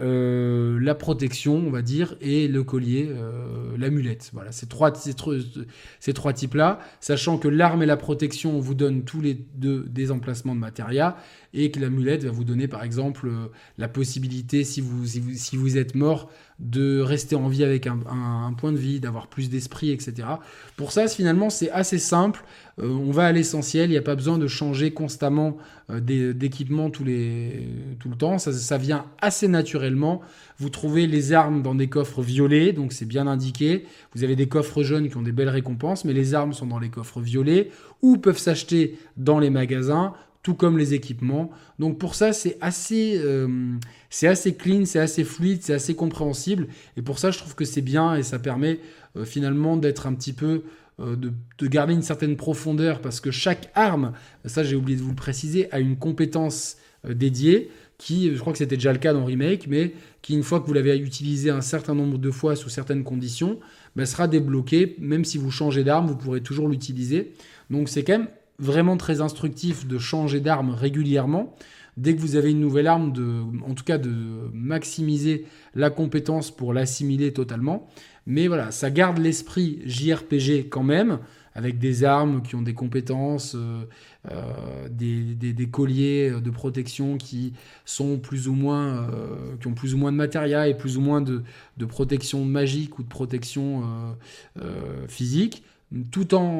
Euh, la protection, on va dire, et le collier, euh, l'amulette. Voilà, ces trois, ces, ces trois types-là, sachant que l'arme et la protection vous donnent tous les deux des emplacements de matérias, et que l'amulette va vous donner, par exemple, euh, la possibilité, si vous, si, vous, si vous êtes mort, de rester en vie avec un, un, un point de vie, d'avoir plus d'esprit, et cetera. Pour ça, finalement, c'est assez simple. Euh, on va à l'essentiel. Il n'y a pas besoin de changer constamment euh, des, d'équipement tous les, tout le temps. Ça, ça vient assez naturellement. Vous trouvez les armes dans des coffres violets, donc c'est bien indiqué. Vous avez des coffres jaunes qui ont des belles récompenses, mais les armes sont dans les coffres violets ou peuvent s'acheter dans les magasins, tout comme les équipements. Donc pour ça, c'est assez, euh, c'est assez clean, c'est assez fluide, c'est assez compréhensible. Et pour ça, je trouve que c'est bien et ça permet euh, finalement d'être un petit peu... Euh, de, de garder une certaine profondeur, parce que chaque arme, ça j'ai oublié de vous le préciser, a une compétence euh, dédiée qui, je crois que c'était déjà le cas dans Remake, mais qui, une fois que vous l'avez utilisé un certain nombre de fois sous certaines conditions, bah, sera débloqué. Même si vous changez d'arme, vous pourrez toujours l'utiliser. Donc c'est quand même vraiment très instructif de changer d'arme régulièrement. Dès que vous avez une nouvelle arme, de, en tout cas de maximiser la compétence pour l'assimiler totalement. Mais voilà, ça garde l'esprit J R P G quand même, avec des armes qui ont des compétences, euh, euh, des, des, des colliers de protection qui sont plus ou moins, euh, qui ont plus ou moins de matériel et plus ou moins de, de protection magique ou de protection euh, euh, physique, tout en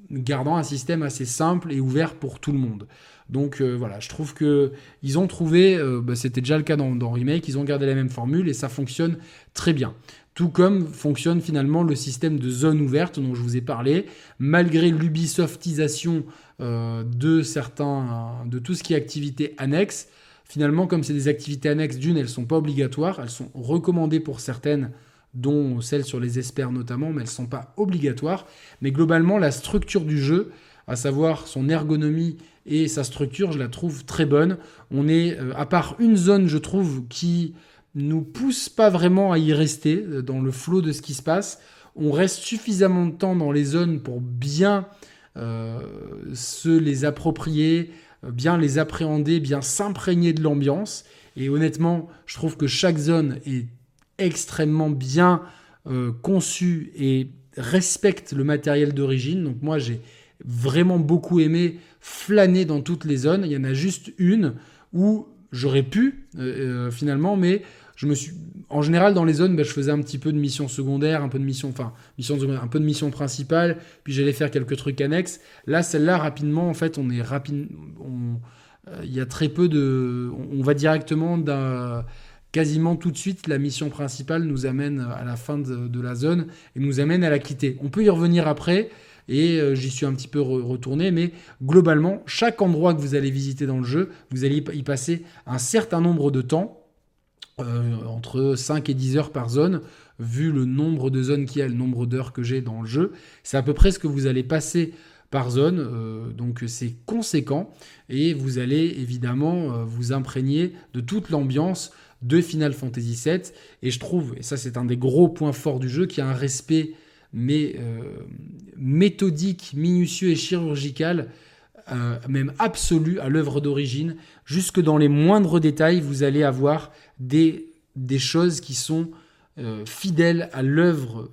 gardant un système assez simple et ouvert pour tout le monde. Donc euh, voilà, je trouve qu'ils ont trouvé, euh, bah, c'était déjà le cas dans, dans Remake, ils ont gardé la même formule et ça fonctionne très bien. Tout comme fonctionne finalement le système de zone ouverte dont je vous ai parlé, malgré l'Ubisoftisation euh, de certains, de tout ce qui est activités annexes. Finalement, comme c'est des activités annexes, d'une, elles ne sont pas obligatoires, elles sont recommandées pour certaines, dont celles sur les espers notamment, mais elles ne sont pas obligatoires. Mais globalement, la structure du jeu, à savoir son ergonomie et sa structure, je la trouve très bonne. On est, euh, à part une zone, je trouve, qui nous pousse pas vraiment à y rester dans le flot de ce qui se passe. On reste suffisamment de temps dans les zones pour bien euh, se les approprier, bien les appréhender, bien s'imprégner de l'ambiance. Et honnêtement, je trouve que chaque zone est extrêmement bien euh, conçue et respecte le matériel d'origine. Donc moi, j'ai vraiment beaucoup aimé flâner dans toutes les zones. Il y en a juste une où j'aurais pu, euh, euh, finalement, mais je me suis... En général, dans les zones, bah, je faisais un petit peu de missions secondaires, un peu de missions, enfin, mission secondaire, un peu de missions principales, puis j'allais faire quelques trucs annexes. Là, celle-là, rapidement, en fait, on est rapide... On... Il euh, y a très peu de... On va directement d'un... Quasiment tout de suite, la mission principale nous amène à la fin de, de la zone et nous amène à la quitter. On peut y revenir après, et euh, j'y suis un petit peu re- retourné, mais globalement, chaque endroit que vous allez visiter dans le jeu, vous allez y passer un certain nombre de temps, euh, entre cinq et dix heures par zone, vu le nombre de zones qu'il y a, le nombre d'heures que j'ai dans le jeu. C'est à peu près ce que vous allez passer par zone, euh, donc c'est conséquent, et vous allez évidemment euh, vous imprégner de toute l'ambiance de Final Fantasy sept, et je trouve, et ça c'est un des gros points forts du jeu, qu'il y a un respect mais euh, méthodique, minutieux et chirurgical, euh, même absolu à l'œuvre d'origine. Jusque dans les moindres détails, vous allez avoir des, des choses qui sont euh, fidèles à l'œuvre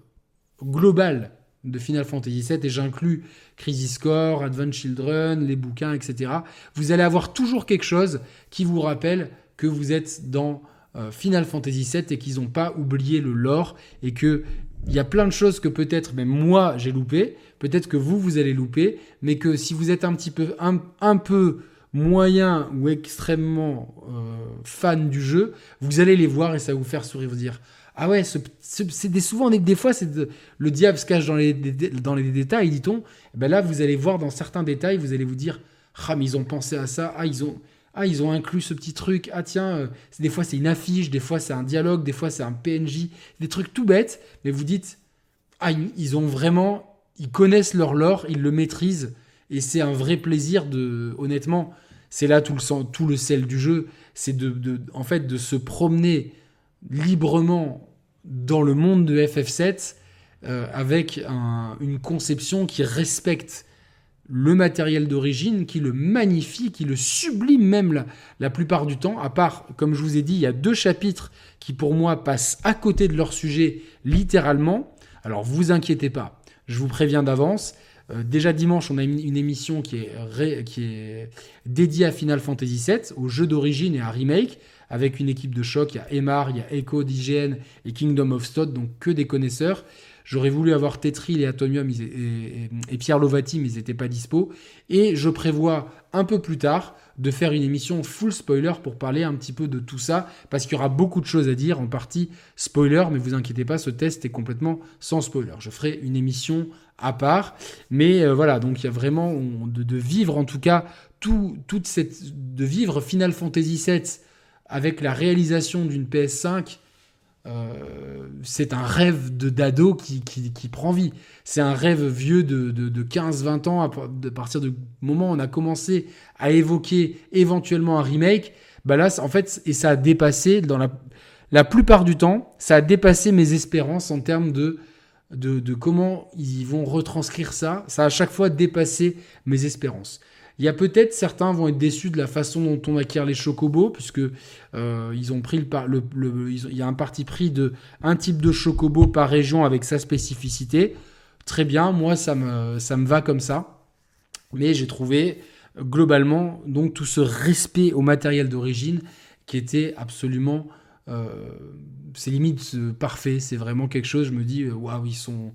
globale de Final Fantasy sept, et j'inclus Crisis Core, Advent Children, les bouquins, et cetera. Vous allez avoir toujours quelque chose qui vous rappelle que vous êtes dans euh, Final Fantasy sept et qu'ils n'ont pas oublié le lore, et que il y a plein de choses que peut-être même moi j'ai loupé, peut-être que vous vous allez louper, mais que si vous êtes un petit peu un, un peu moyen ou extrêmement euh, fan du jeu, vous allez les voir et ça va vous faire sourire, vous dire ah ouais, ce, ce, c'est des, souvent des fois c'est de, le diable se cache dans les, dans les détails, dit-on. Et ben là vous allez voir dans certains détails, vous allez vous dire ah mais ils ont pensé à ça, ah ils ont Ah, ils ont inclus ce petit truc. Ah, tiens, euh, des fois c'est une affiche, des fois c'est un dialogue, des fois c'est un P N J. Des trucs tout bêtes, mais vous dites ah, ils ont vraiment, ils connaissent leur lore, ils le maîtrisent, et c'est un vrai plaisir de, honnêtement, c'est là tout le, tout le sel du jeu, c'est de, de, en fait, de se promener librement dans le monde de F F sept euh, avec un, une conception qui respecte le matériel d'origine, qui le magnifie, qui le sublime même la, la plupart du temps, à part, comme je vous ai dit, il y a deux chapitres qui pour moi passent à côté de leur sujet littéralement. Alors vous inquiétez pas, je vous préviens d'avance. Euh, déjà dimanche, on a une, une émission qui est, ré, qui est dédiée à Final Fantasy sept, au jeu d'origine et à Remake, avec une équipe de choc. Il y a Emar, il y a Echo, d'I G N et Kingdom of Stot, donc que des connaisseurs. J'aurais voulu avoir Tetril et Atomium et, et, et Pierre Lovati, mais ils n'étaient pas dispo. Et je prévois un peu plus tard de faire une émission full spoiler pour parler un petit peu de tout ça, parce qu'il y aura beaucoup de choses à dire, en partie spoiler, mais vous inquiétez pas, ce test est complètement sans spoiler. Je ferai une émission à part, mais euh, voilà, donc il y a vraiment on, de, de vivre en tout cas, tout, toute cette, de vivre Final Fantasy sept avec la réalisation d'une P S cinq. Euh, c'est un rêve de d'ado qui, qui, qui prend vie. C'est un rêve vieux de, de, de quinze vingt ans, à partir du moment où on a commencé à évoquer éventuellement un remake. Bah là, en fait, et ça a dépassé, dans la, la plupart du temps, ça a dépassé mes espérances en termes de, de, de comment ils vont retranscrire ça. Ça a à chaque fois dépassé mes espérances. Il y a peut-être certains vont être déçus de la façon dont on acquiert les chocobos, puisque euh, ils ont pris le, le, le ils, il y a un parti pris de un type de chocobo par région avec sa spécificité. Très bien, moi ça me ça me va comme ça, mais j'ai trouvé globalement donc tout ce respect au matériel d'origine qui était absolument euh, c'est limite euh, parfait. C'est vraiment quelque chose. Je me dis waouh, ils sont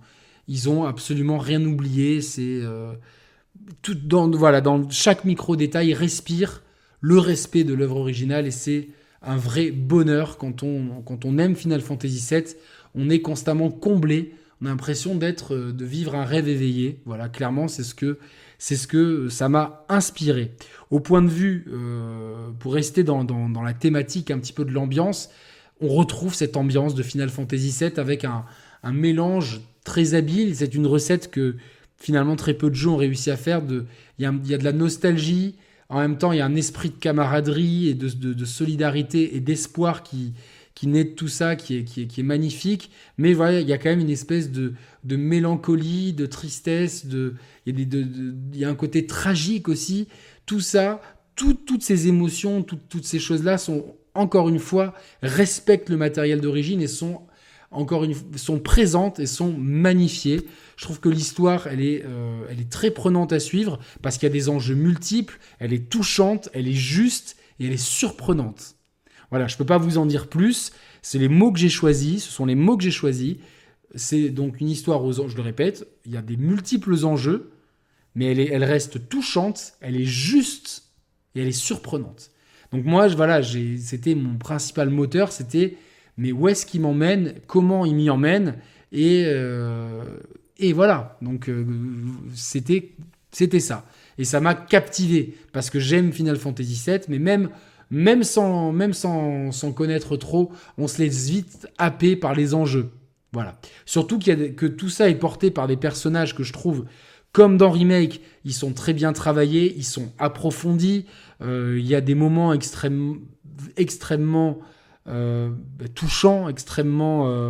Ils ont absolument rien oublié. C'est euh, tout dans, voilà, dans chaque micro-détail respire le respect de l'œuvre originale et c'est un vrai bonheur quand on, quand on aime Final Fantasy sept. On est constamment comblé. On a l'impression d'être, de vivre un rêve éveillé. Voilà, clairement, c'est ce que, c'est ce que ça m'a inspiré. Au point de vue, euh, pour rester dans, dans, dans la thématique un petit peu de l'ambiance, on retrouve cette ambiance de Final Fantasy sept avec un, un mélange très habile. C'est une recette que finalement très peu de jeux ont réussi à faire. De, il y a, il y a de la nostalgie. En même temps, il y a un esprit de camaraderie et de, de, de solidarité et d'espoir qui, qui naît de tout ça, qui est, qui est, qui est magnifique. Mais voilà, il y a quand même une espèce de, de mélancolie, de tristesse, de, il, y a des, de, de, il y a un côté tragique aussi. Tout ça, tout, toutes ces émotions, tout, toutes ces choses-là sont, encore une fois, respectent le matériel d'origine et sont, encore une, sont présentes et sont magnifiées. Je trouve que l'histoire, elle est, euh, elle est très prenante à suivre parce qu'il y a des enjeux multiples, elle est touchante, elle est juste et elle est surprenante. Voilà, je ne peux pas vous en dire plus. C'est les mots que j'ai choisis, ce sont les mots que j'ai choisis. C'est donc une histoire aux enjeux, je le répète, il y a des multiples enjeux, mais elle, est, elle reste touchante, elle est juste et elle est surprenante. Donc moi, je, voilà, j'ai, c'était mon principal moteur, c'était mais où est-ce qu'il m'emmène, comment il m'y emmène et... Euh, Et voilà, donc euh, c'était, c'était ça. Et ça m'a captivé, parce que j'aime Final Fantasy sept, mais même, même, sans, même sans, sans connaître trop, on se laisse vite happer par les enjeux. Voilà. Surtout qu'il y a des, que tout ça est porté par des personnages que je trouve, comme dans Remake, ils sont très bien travaillés, ils sont approfondis, euh, il y a des moments extrême, extrêmement euh, touchants, extrêmement... Euh,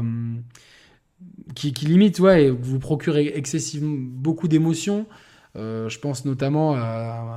Qui, qui limite, ouais, vous procure excessivement beaucoup d'émotions. Euh, je pense notamment à,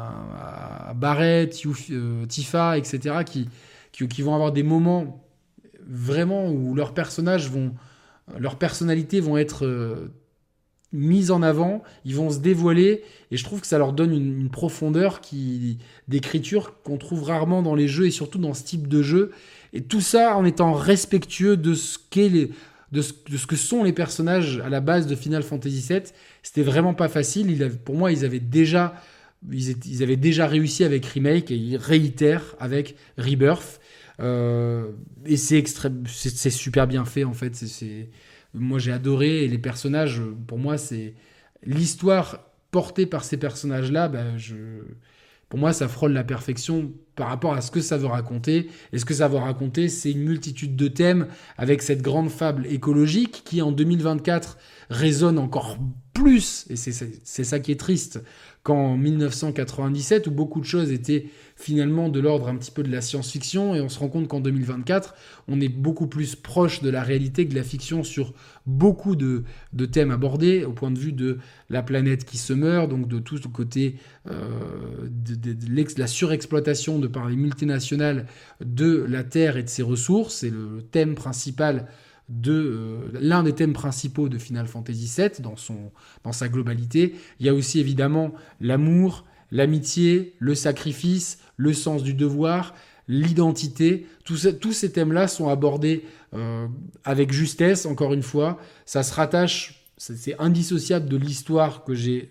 à, à Barrett, Youf, euh, Tifa, et cetera, qui, qui, qui vont avoir des moments vraiment où leurs personnages vont, leurs personnalités vont être euh, mises en avant, ils vont se dévoiler, et je trouve que ça leur donne une, une profondeur qui, d'écriture qu'on trouve rarement dans les jeux, et surtout dans ce type de jeu. Et tout ça en étant respectueux de ce qu'est les... De ce, de ce que sont les personnages à la base de Final Fantasy sept. C'était vraiment pas facile. Il avait, pour moi, ils avaient, déjà, ils, étaient, ils avaient déjà réussi avec Remake et ils réitèrent avec Rebirth. Euh, et c'est, extrême, c'est, c'est super bien fait, en fait. C'est, c'est, moi, j'ai adoré. Et les personnages, pour moi, c'est l'histoire portée par ces personnages-là. Ben, je... Pour moi, ça frôle la perfection par rapport à ce que ça veut raconter. Et ce que ça veut raconter, c'est une multitude de thèmes avec cette grande fable écologique qui, en deux mille vingt-quatre, résonne encore plus, et c'est, c'est, c'est ça qui est triste, qu'en dix-neuf cent quatre-vingt-dix-sept, où beaucoup de choses étaient finalement de l'ordre un petit peu de la science-fiction, et on se rend compte qu'en deux mille vingt-quatre, on est beaucoup plus proche de la réalité que de la fiction sur beaucoup de, de thèmes abordés, au point de vue de la planète qui se meurt, donc de tout le côté euh, de, de, de la surexploitation de par les multinationales de la Terre et de ses ressources. C'est le thème principal de euh, l'un des thèmes principaux de Final Fantasy sept dans, son, dans sa globalité. Il y a aussi évidemment l'amour, l'amitié, le sacrifice, le sens du devoir, l'identité. Tout ça, tous ces thèmes-là sont abordés euh, avec justesse, encore une fois. Ça se rattache, c'est, c'est indissociable de l'histoire que j'ai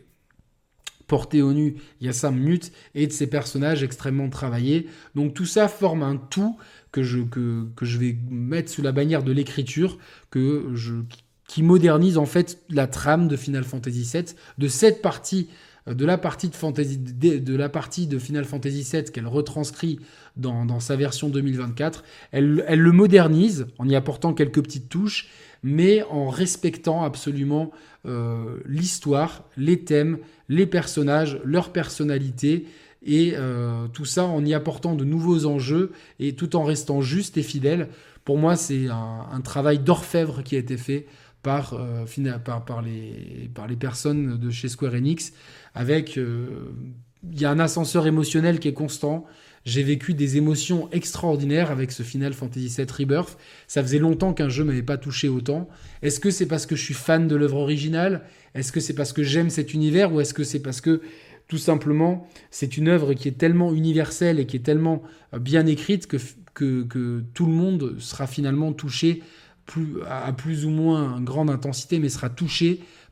portée au nu il y a cinq minutes et de ces personnages extrêmement travaillés. Donc tout ça forme un tout que je, que, que je vais mettre sous la bannière de l'écriture, que je, qui modernise en fait la trame de Final Fantasy sept, de cette partie, de la partie de, Fantasy, de, de, la partie de Final Fantasy sept qu'elle retranscrit dans, dans sa version deux mille vingt-quatre. Elle, elle le modernise en y apportant quelques petites touches, mais en respectant absolument euh, l'histoire, les thèmes, les personnages, leur personnalité, et euh, tout ça en y apportant de nouveaux enjeux et tout en restant juste et fidèle. Pour moi, c'est un, un travail d'orfèvre qui a été fait par, euh, par, par, les, par les personnes de chez Square Enix. Avec, euh, il y a un ascenseur émotionnel qui est constant. J'ai vécu des émotions extraordinaires avec ce Final Fantasy sept Rebirth. Ça faisait longtemps qu'un jeu ne m'avait pas touché autant. Est-ce que c'est parce que je suis fan de l'œuvre originale ? Est-ce que c'est parce que j'aime cet univers ? Ou est-ce que c'est parce que tout simplement, c'est une œuvre qui est tellement universelle et qui est tellement bien écrite que, que, que tout le monde sera finalement touché plus, à plus ou moins grande intensité, mais sera touché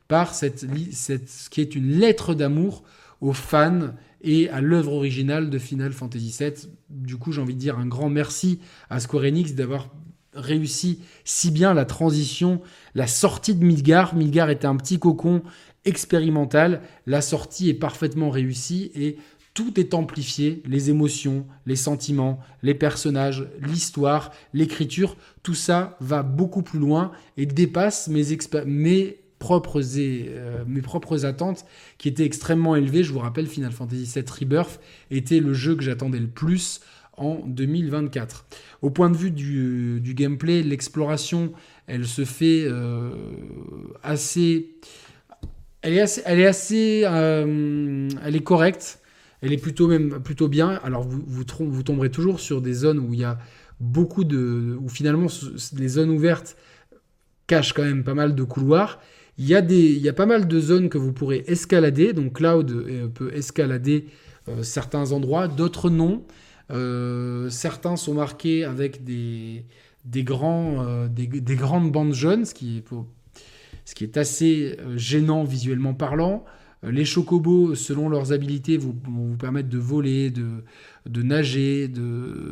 par cette, cette, ce qui est une lettre d'amour aux fans et à l'œuvre originale de Final Fantasy sept. Du coup, j'ai envie de dire un grand merci à Square Enix d'avoir réussi si bien la transition, la sortie de Midgar. Midgar était un petit cocon expérimental. La sortie est parfaitement réussie et tout est amplifié. Les émotions, les sentiments, les personnages, l'histoire, l'écriture, tout ça va beaucoup plus loin et dépasse mes, expé- mes propres et, euh, mes propres attentes qui étaient extrêmement élevées. Je vous rappelle, Final Fantasy sept Rebirth était le jeu que j'attendais le plus en deux mille vingt-quatre. Au point de vue du, du gameplay, l'exploration, elle se fait euh, assez... Elle est assez... Elle est, assez, euh, elle est correcte. Elle est plutôt, même, plutôt bien. Alors, vous, vous, vous tomberez toujours sur des zones où il y a beaucoup de... où finalement, les zones ouvertes cachent quand même pas mal de couloirs. Il y a, des, il y a pas mal de zones que vous pourrez escalader. Donc, Cloud euh, peut escalader euh, certains endroits, d'autres non. Euh, certains sont marqués avec des, des, grands, euh, des, des grandes bandes jaunes, ce qui est, ce qui est assez euh, gênant visuellement parlant. Euh, les chocobos, selon leurs habilités, vous, vont vous permettre de voler, de, de nager, de,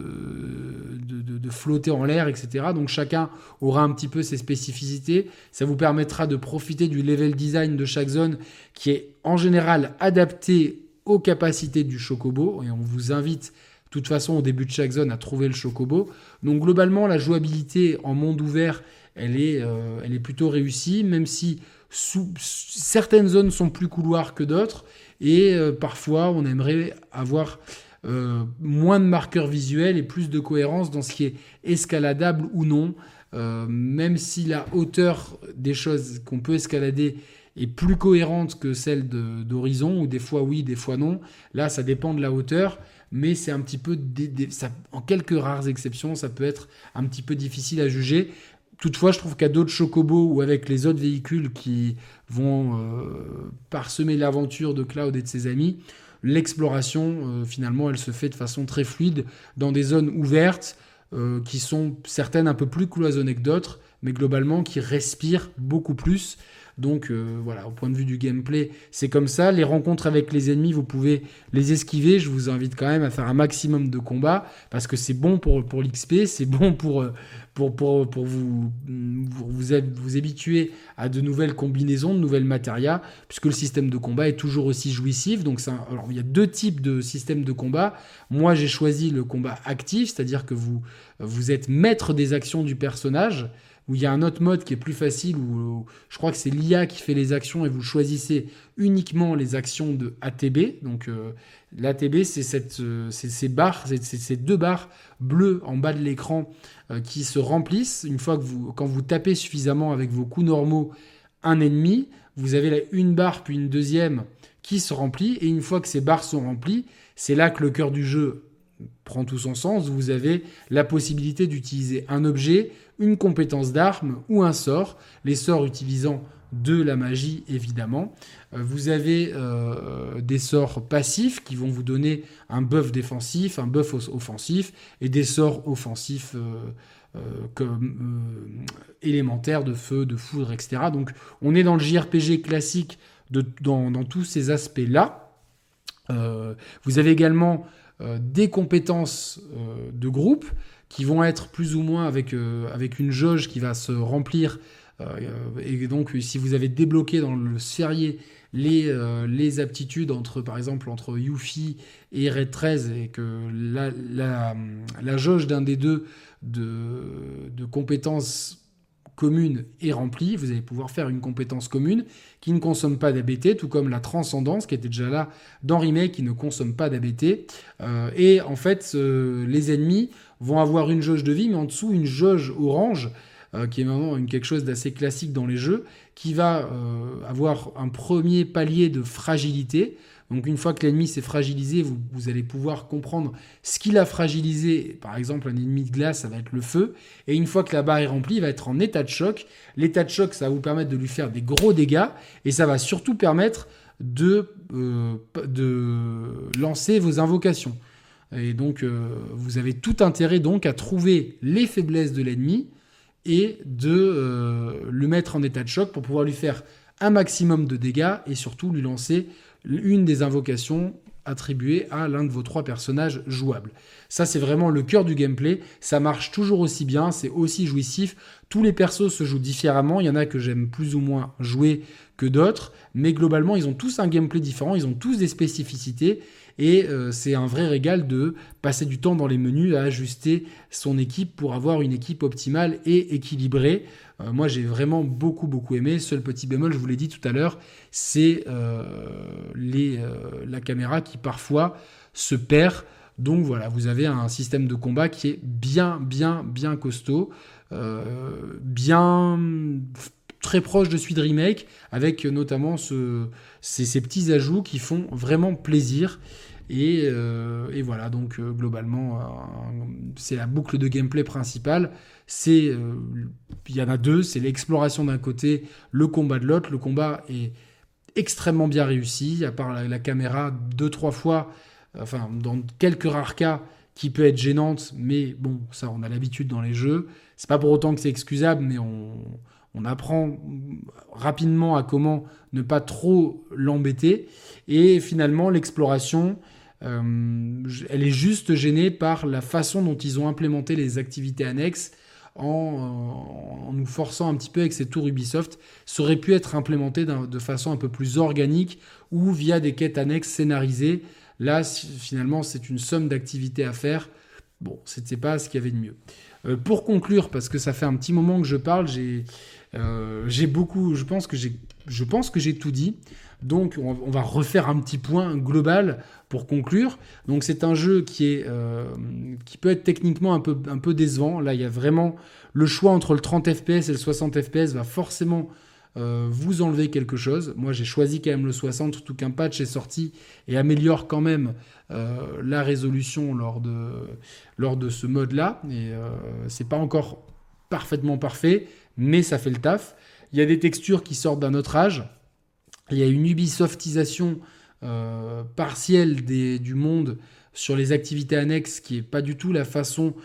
de, de, de flotter en l'air, et cetera. Donc chacun aura un petit peu ses spécificités. Ça vous permettra de profiter du level design de chaque zone qui est en général adapté aux capacités du chocobo. Et on vous invite de toute façon au début de chaque zone à trouver le chocobo. Donc globalement, la jouabilité en monde ouvert, elle est, euh, elle est plutôt réussie, même si sous, certaines zones sont plus couloirs que d'autres, et euh, parfois on aimerait avoir euh, moins de marqueurs visuels et plus de cohérence dans ce qui est escaladable ou non, euh, même si la hauteur des choses qu'on peut escalader est plus cohérente que celle de, d'Horizon, ou des fois oui, des fois non. Là, ça dépend de la hauteur, mais c'est un petit peu, dé, dé, ça, en quelques rares exceptions, ça peut être un petit peu difficile à juger. Toutefois, je trouve qu'à d'autres chocobos ou avec les autres véhicules qui vont euh, parsemer l'aventure de Cloud et de ses amis, l'exploration, euh, finalement, elle se fait de façon très fluide dans des zones ouvertes euh, qui sont certaines un peu plus cloisonnées que d'autres, mais globalement qui respirent beaucoup plus. Donc euh, voilà, au point de vue du gameplay, c'est comme ça. Les rencontres avec les ennemis, vous pouvez les esquiver. Je vous invite quand même à faire un maximum de combats parce que c'est bon pour, pour l'X P, c'est bon pour, pour, pour, pour vous, vous, vous, vous habituer à de nouvelles combinaisons, de nouvelles matérias, puisque le système de combat est toujours aussi jouissif. Donc ça, alors, il y a deux types de systèmes de combat. Moi, j'ai choisi le combat actif, c'est-à-dire que vous, vous êtes maître des actions du personnage, où il y a un autre mode qui est plus facile, où, où je crois que c'est l'I A qui fait les actions et vous choisissez uniquement les actions de A T B. Donc euh, l'A T B, c'est, cette, euh, c'est ces barres, c'est, c'est ces deux barres bleues en bas de l'écran euh, qui se remplissent. Une fois que vous, quand vous tapez suffisamment avec vos coups normaux un ennemi, vous avez là une barre puis une deuxième qui se remplit. Et une fois que ces barres sont remplies, c'est là que le cœur du jeu prend tout son sens. Vous avez la possibilité d'utiliser un objet, une compétence d'arme ou un sort, les sorts utilisant de la magie évidemment. Euh, vous avez euh, des sorts passifs qui vont vous donner un buff défensif, un buff offensif et des sorts offensifs euh, euh, comme euh, élémentaires de feu, de foudre, et cetera. Donc on est dans le J R P G classique de, dans, dans tous ces aspects-là. Euh, vous avez également euh, des compétences euh, de groupe qui vont être plus ou moins avec, euh, avec une jauge qui va se remplir. Euh, et donc, si vous avez débloqué dans le sphérié les, euh, les aptitudes entre, par exemple, entre Yuffie et Red treize, et que la, la, la jauge d'un des deux de, de compétences communes est remplie, vous allez pouvoir faire une compétence commune qui ne consomme pas d'A B T, tout comme la transcendance qui était déjà là dans Remake, qui ne consomme pas d'A B T. Euh, et en fait, euh, les ennemis vont avoir une jauge de vie, mais en dessous une jauge orange, euh, qui est vraiment une, quelque chose d'assez classique dans les jeux, qui va euh, avoir un premier palier de fragilité. Donc une fois que l'ennemi s'est fragilisé, vous, vous allez pouvoir comprendre ce qu'il a fragilisé. Par exemple, un ennemi de glace, ça va être le feu. Et une fois que la barre est remplie, il va être en état de choc. L'état de choc, ça va vous permettre de lui faire des gros dégâts. Et ça va surtout permettre de, euh, de lancer vos invocations. Et donc, euh, vous avez tout intérêt donc à trouver les faiblesses de l'ennemi et de euh, le mettre en état de choc pour pouvoir lui faire un maximum de dégâts et surtout lui lancer une des invocations attribuées à l'un de vos trois personnages jouables. Ça, c'est vraiment le cœur du gameplay. Ça marche toujours aussi bien, c'est aussi jouissif. Tous les persos se jouent différemment. Il y en a que j'aime plus ou moins jouer que d'autres, mais globalement, ils ont tous un gameplay différent, ils ont tous des spécificités. Et euh, c'est un vrai régal de passer du temps dans les menus à ajuster son équipe pour avoir une équipe optimale et équilibrée. Euh, moi, j'ai vraiment beaucoup, beaucoup aimé. Seul petit bémol, je vous l'ai dit tout à l'heure, c'est euh, les, euh, la caméra qui parfois se perd. Donc voilà, vous avez un système de combat qui est bien, bien, bien costaud, euh, bien très proche de celui de Remake, avec notamment ce, ces, ces petits ajouts qui font vraiment plaisir. Et, euh, et voilà, donc euh, globalement, euh, c'est la boucle de gameplay principale. C'est, euh, il y en a deux, c'est l'exploration d'un côté, le combat de l'autre. Le combat est extrêmement bien réussi, à part la, la caméra deux, trois fois, enfin, dans quelques rares cas, qui peut être gênante, mais bon, ça, on a l'habitude dans les jeux. C'est pas pour autant que c'est excusable, mais on... On apprend rapidement à comment ne pas trop l'embêter. Et finalement, l'exploration, euh, elle est juste gênée par la façon dont ils ont implémenté les activités annexes en, en nous forçant un petit peu avec ces tours Ubisoft. Ça aurait pu être implémenté de façon un peu plus organique ou via des quêtes annexes scénarisées. Là, finalement, c'est une somme d'activités à faire. Bon, c'était pas ce qu'il y avait de mieux. Euh, pour conclure, parce que ça fait un petit moment que je parle, j'ai... Euh, j'ai beaucoup, je pense que j'ai, je pense que j'ai tout dit. Donc, on, on va refaire un petit point global pour conclure. Donc, c'est un jeu qui est, euh, qui peut être techniquement un peu, un peu décevant. Là, il y a vraiment le choix entre le trente F P S et le soixante F P S va forcément euh, vous enlever quelque chose. Moi, j'ai choisi quand même le soixante, surtout qu'un patch est sorti et améliore quand même euh, la résolution lors de, lors de ce mode-là. Et euh, c'est pas encore parfaitement parfait, mais ça fait le taf. Il y a des textures qui sortent d'un autre âge. Il y a une Ubisoftisation euh, partielle des, du monde sur les activités annexes qui n'est pas du tout la façon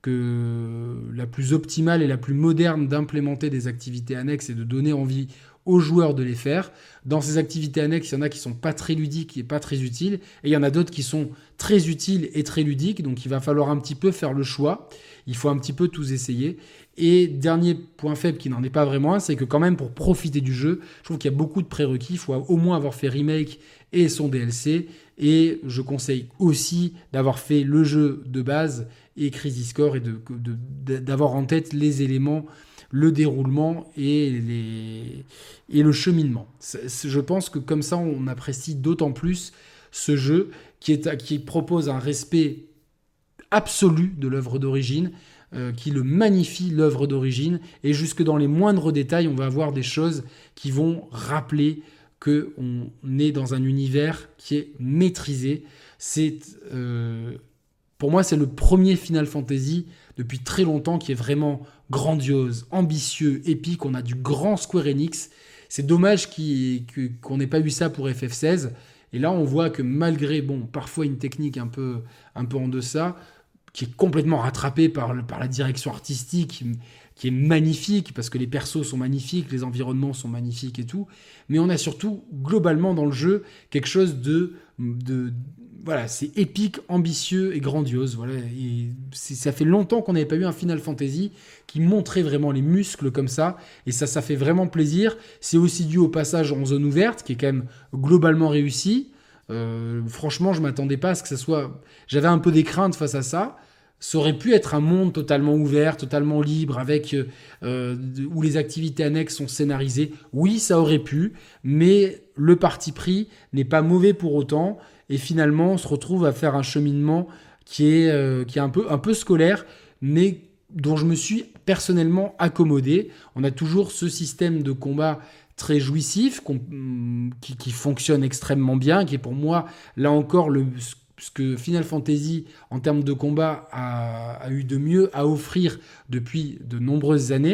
que, la plus optimale et la plus moderne d'implémenter des activités annexes et de donner envie aux joueurs de les faire. Dans ces activités annexes, il y en a qui ne sont pas très ludiques et pas très utiles, et il y en a d'autres qui sont très utiles et très ludiques, donc il va falloir un petit peu faire le choix. Il faut un petit peu tous essayer. Et dernier point faible qui n'en est pas vraiment un, c'est que quand même pour profiter du jeu, je trouve qu'il y a beaucoup de prérequis. Il faut au moins avoir fait Remake et son D L C. Et je conseille aussi d'avoir fait le jeu de base et Crisis Core et de, de, de, d'avoir en tête les éléments, le déroulement et, les, et le cheminement. C'est, c'est, je pense que comme ça, on apprécie d'autant plus ce jeu qui, est, qui propose un respect absolu de l'œuvre d'origine, euh, qui le magnifie, l'œuvre d'origine, et jusque dans les moindres détails, on va avoir des choses qui vont rappeler qu'on est dans un univers qui est maîtrisé. C'est, euh, pour moi, c'est le premier Final Fantasy depuis très longtemps qui est vraiment grandiose, ambitieux, épique. On a du grand Square Enix. C'est dommage qu'il, que, qu'on n'ait pas eu ça pour F F seize. Et là, on voit que malgré, bon, parfois une technique un peu, un peu en deçà, qui est complètement rattrapée par, le, par la direction artistique, qui, qui est magnifique, parce que les persos sont magnifiques, les environnements sont magnifiques et tout. Mais on a surtout, globalement, dans le jeu, quelque chose de... de voilà, c'est épique, ambitieux et grandiose. Voilà, et c'est, ça fait longtemps qu'on n'avait pas eu un Final Fantasy qui montrait vraiment les muscles comme ça. Et ça, ça fait vraiment plaisir. C'est aussi dû au passage en zone ouverte, qui est quand même globalement réussi. Euh, franchement, je ne m'attendais pas à ce que ça soit... J'avais un peu des craintes face à ça. Ça aurait pu être un monde totalement ouvert, totalement libre, avec euh, où les activités annexes sont scénarisées. Oui, ça aurait pu, mais le parti pris n'est pas mauvais pour autant. Et finalement, on se retrouve à faire un cheminement qui est, euh, qui est un peu, un peu scolaire, mais dont je me suis personnellement accommodé. On a toujours ce système de combat très jouissif, qui, qui fonctionne extrêmement bien, qui est pour moi, là encore, le, ce que Final Fantasy, en termes de combat, a, a eu de mieux à offrir depuis de nombreuses années.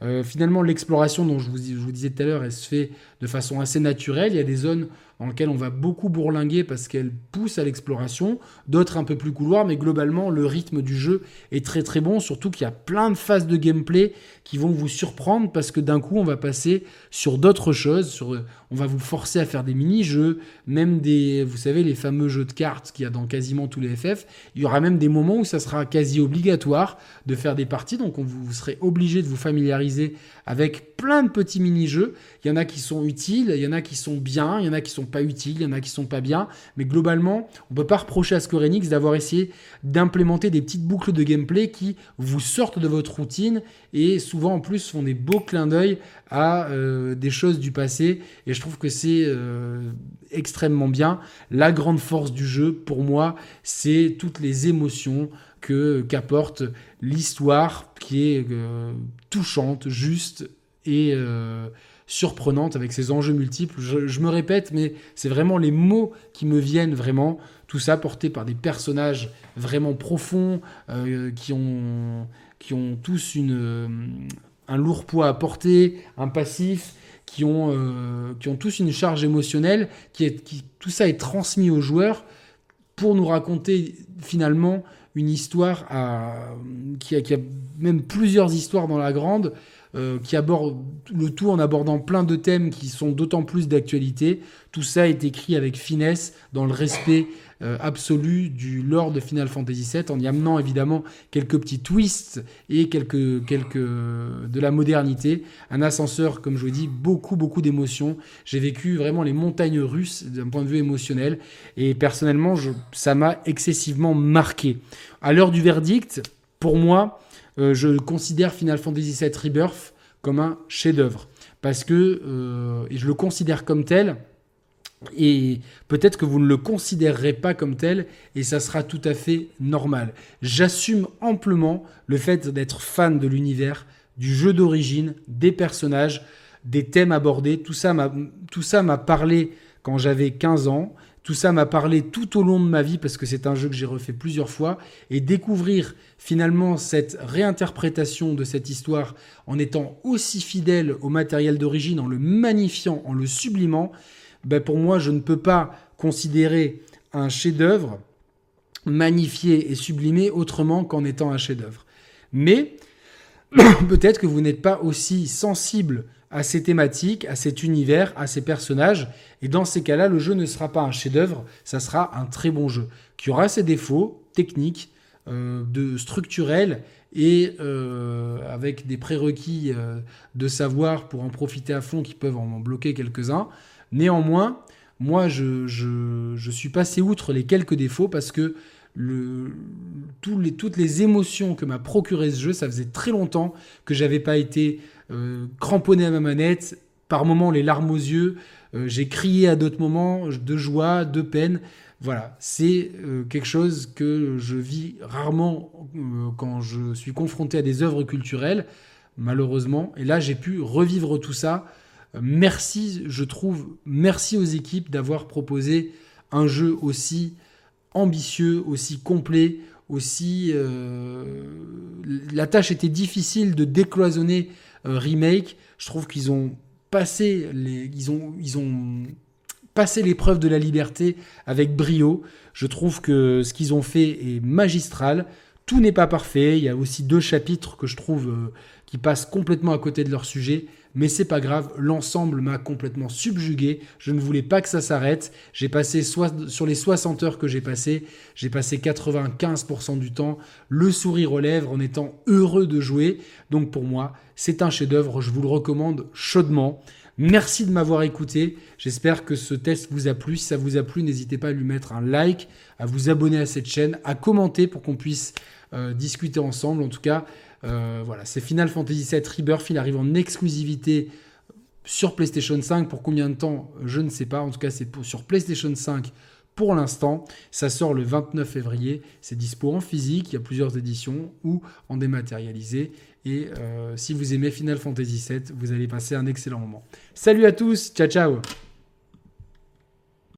Euh, finalement, l'exploration dont je vous, je vous disais tout à l'heure, elle se fait de façon assez naturelle. Il y a des zones dans lesquelles on va beaucoup bourlinguer parce qu'elles poussent à l'exploration, d'autres un peu plus couloir, mais globalement, le rythme du jeu est très très bon, surtout qu'il y a plein de phases de gameplay qui vont vous surprendre parce que d'un coup, on va passer sur d'autres choses, sur, on va vous forcer à faire des mini-jeux, même des, vous savez, les fameux jeux de cartes qu'il y a dans quasiment tous les F F. Il y aura même des moments où ça sera quasi obligatoire de faire des parties, donc on vous, vous serez obligé de vous familiariser avec plein de petits mini-jeux. Il y en a qui sont utiles, il y en a qui sont bien, il y en a qui sont pas utiles, il y en a qui sont pas bien, mais globalement, on peut pas reprocher à Square Enix d'avoir essayé d'implémenter des petites boucles de gameplay qui vous sortent de votre routine et souvent en plus font des beaux clins d'œil à euh, des choses du passé, et je trouve que c'est euh, extrêmement bien. La grande force du jeu, pour moi, c'est toutes les émotions que qu'apporte l'histoire, qui est euh, touchante, juste et euh, surprenante avec ses enjeux multiples. Je, je me répète, mais c'est vraiment les mots qui me viennent vraiment. Tout ça porté par des personnages vraiment profonds, euh, qui ont, qui ont tous une, euh, un lourd poids à porter, un passif, qui ont, euh, qui ont tous une charge émotionnelle. Qui est, qui, tout ça est transmis aux joueurs pour nous raconter finalement une histoire à, qui, a, qui a même plusieurs histoires dans la grande, euh, qui aborde le tout en abordant plein de thèmes qui sont d'autant plus d'actualité. Tout ça est écrit avec finesse, dans le respect euh, absolu du lore de Final Fantasy sept, en y amenant évidemment quelques petits twists et quelques, quelques de la modernité. Un ascenseur, comme je vous dis, beaucoup, beaucoup d'émotions. J'ai vécu vraiment les montagnes russes d'un point de vue émotionnel, et personnellement, je, ça m'a excessivement marqué. À l'heure du verdict, pour moi, euh, je considère Final Fantasy sept Rebirth comme un chef-d'œuvre, parce que, euh, et je le considère comme tel. Et peut-être que vous ne le considérerez pas comme tel, et ça sera tout à fait normal. J'assume amplement le fait d'être fan de l'univers, du jeu d'origine, des personnages, des thèmes abordés. Tout ça m'a, tout ça m'a parlé quand j'avais quinze ans. Tout ça m'a parlé tout au long de ma vie, parce que c'est un jeu que j'ai refait plusieurs fois. Et découvrir finalement cette réinterprétation de cette histoire en étant aussi fidèle au matériel d'origine, en le magnifiant, en le sublimant, ben pour moi, je ne peux pas considérer un chef-d'œuvre magnifié et sublimé autrement qu'en étant un chef-d'œuvre. Mais peut-être que vous n'êtes pas aussi sensible à ces thématiques, à cet univers, à ces personnages, et dans ces cas-là, le jeu ne sera pas un chef-d'œuvre, ça sera un très bon jeu, qui aura ses défauts techniques, euh, de structurels, et euh, avec des prérequis euh, de savoir pour en profiter à fond qui peuvent en bloquer quelques-uns. Néanmoins, moi, je, je, je suis passé outre les quelques défauts parce que le, tous les, toutes les émotions que m'a procuré ce jeu, ça faisait très longtemps que j'avais pas été euh, cramponné à ma manette, par moments les larmes aux yeux, euh, j'ai crié à d'autres moments de joie, de peine. Voilà, c'est euh, quelque chose que je vis rarement euh, quand je suis confronté à des œuvres culturelles, malheureusement. Et là, j'ai pu revivre tout ça. Merci, je trouve, merci aux équipes d'avoir proposé un jeu aussi ambitieux, aussi complet, aussi... Euh... La tâche était difficile de décloisonner euh, Remake. Je trouve qu'ils ont passé les... Ils ont... Ils ont passé l'épreuve de la liberté avec brio. Je trouve que ce qu'ils ont fait est magistral. Tout n'est pas parfait. Il y a aussi deux chapitres que je trouve euh, qui passent complètement à côté de leur sujet. Mais c'est pas grave, l'ensemble m'a complètement subjugué. Je ne voulais pas que ça s'arrête. J'ai passé, so- sur les soixante heures que j'ai passées, j'ai passé quatre-vingt-quinze pour cent du temps le sourire aux lèvres en étant heureux de jouer. Donc pour moi, c'est un chef-d'œuvre. Je vous le recommande chaudement. Merci de m'avoir écouté. J'espère que ce test vous a plu. Si ça vous a plu, n'hésitez pas à lui mettre un like, à vous abonner à cette chaîne, à commenter pour qu'on puisse euh, discuter ensemble. En tout cas, euh, voilà, c'est Final Fantasy sept Rebirth. Il arrive en exclusivité sur PlayStation cinq. Pour combien de temps, je ne sais pas. En tout cas, c'est pour, sur PlayStation cinq pour l'instant. Ça sort le vingt-neuf février. C'est dispo en physique. Il y a plusieurs éditions ou en dématérialisé. Et euh, si vous aimez Final Fantasy sept, vous allez passer un excellent moment. Salut à tous, ciao ciao.